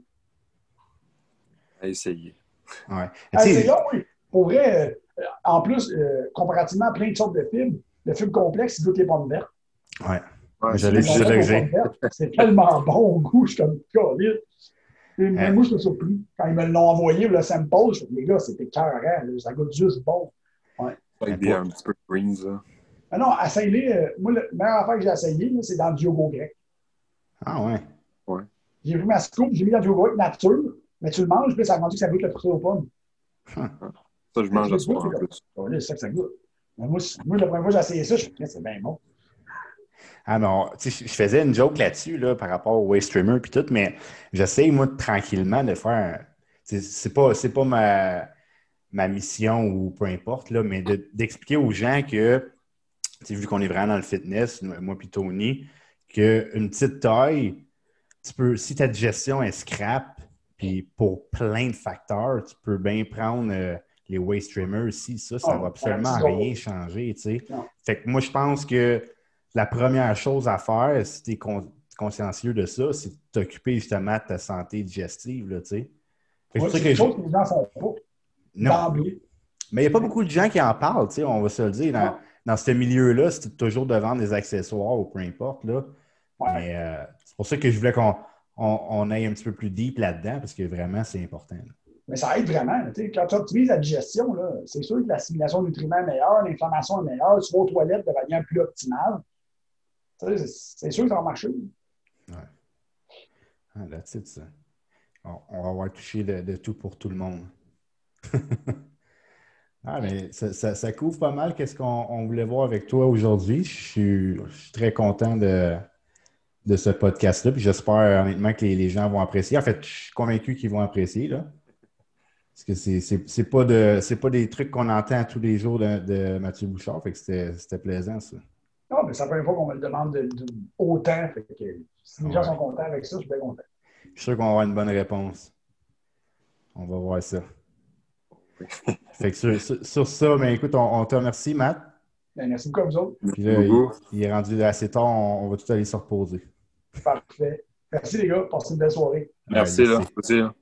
À essayer. Ouais. Essayons, oui. Pour vrai, en plus, comparativement à plein de sortes de fibres, le fibre complexe, il goûte les pommes vertes. Ouais. Ouais, c'est tellement bon au goût, je suis comme caliste. Moi, je suis surpris. Quand ils me l'ont envoyé, le sample, je me dis, les gars, c'était carré, ça goûte juste bon. Ouais. Avec un petit peu de greens, là. Ah non, essayer, moi, la meilleure affaire que j'ai essayé, c'est dans du yogourt grec. Ah ouais. Ouais. J'ai pris ma scoop, j'ai mis dans du yogourt grec nature, mais tu le manges, puis ça a rendu que ça goûte le fruit aux pommes. Ça, je mange à soir en plus. C'est ça que ça goûte. Mais moi, la première fois que j'ai essayé ça, je me disais, c'est bien bon. Ah non, tu sais, je faisais une joke là-dessus là, par rapport au Waste Streamer et tout, mais j'essaye, moi, tranquillement de faire. C'est pas ma mission ou peu importe, là, mais d'expliquer aux gens que, vu qu'on est vraiment dans le fitness, moi et Tony, qu'une petite taille, si ta digestion est scrap, puis pour plein de facteurs, tu peux bien prendre les Waste Streamers aussi. Ça va absolument rien changer. Tu sais. Fait que moi, je pense que la première chose à faire, si tu es consciencieux de ça, c'est de t'occuper justement de ta santé digestive. Là, tu sais. C'est quelque chose que les gens ne font pas. Non. Mais il n'y a pas beaucoup de gens qui en parlent, tu sais, on va se le dire. Dans ce milieu-là, c'est toujours de vendre des accessoires ou peu importe. Là. Ouais. Mais c'est pour ça que je voulais qu'on aille un petit peu plus deep là-dedans, parce que vraiment, c'est important. Là. Mais ça aide vraiment. Quand tu optimises la digestion, c'est sûr que l'assimilation de nutriments est meilleure, l'inflammation est meilleure, tu vas aux toilettes de manière plus optimale. C'est sûr que ça va marcher. Ouais. Ah, that's it, ça. On va avoir touché de tout pour tout le monde. Mais ça couvre pas mal qu'est-ce qu'on voulait voir avec toi aujourd'hui. Je suis très content de ce podcast-là. Puis j'espère honnêtement que les gens vont apprécier. En fait, je suis convaincu qu'ils vont apprécier. Là. Parce que c'est pas des trucs qu'on entend tous les jours de Mathieu Bouchard. Fait que c'était plaisant, ça. Non, mais c'est la première fois qu'on me le demande autant. Fait que, si les gens sont contents avec ça, je suis bien content. Je suis sûr qu'on va avoir une bonne réponse. On va voir ça. Fait que sur ça, ben, écoute, on te remercie, Matt. Ben, merci beaucoup à vous autres. Puis là, il est rendu assez tard, on va tout aller se reposer. Parfait. Merci les gars, passez une belle soirée. Merci. Là.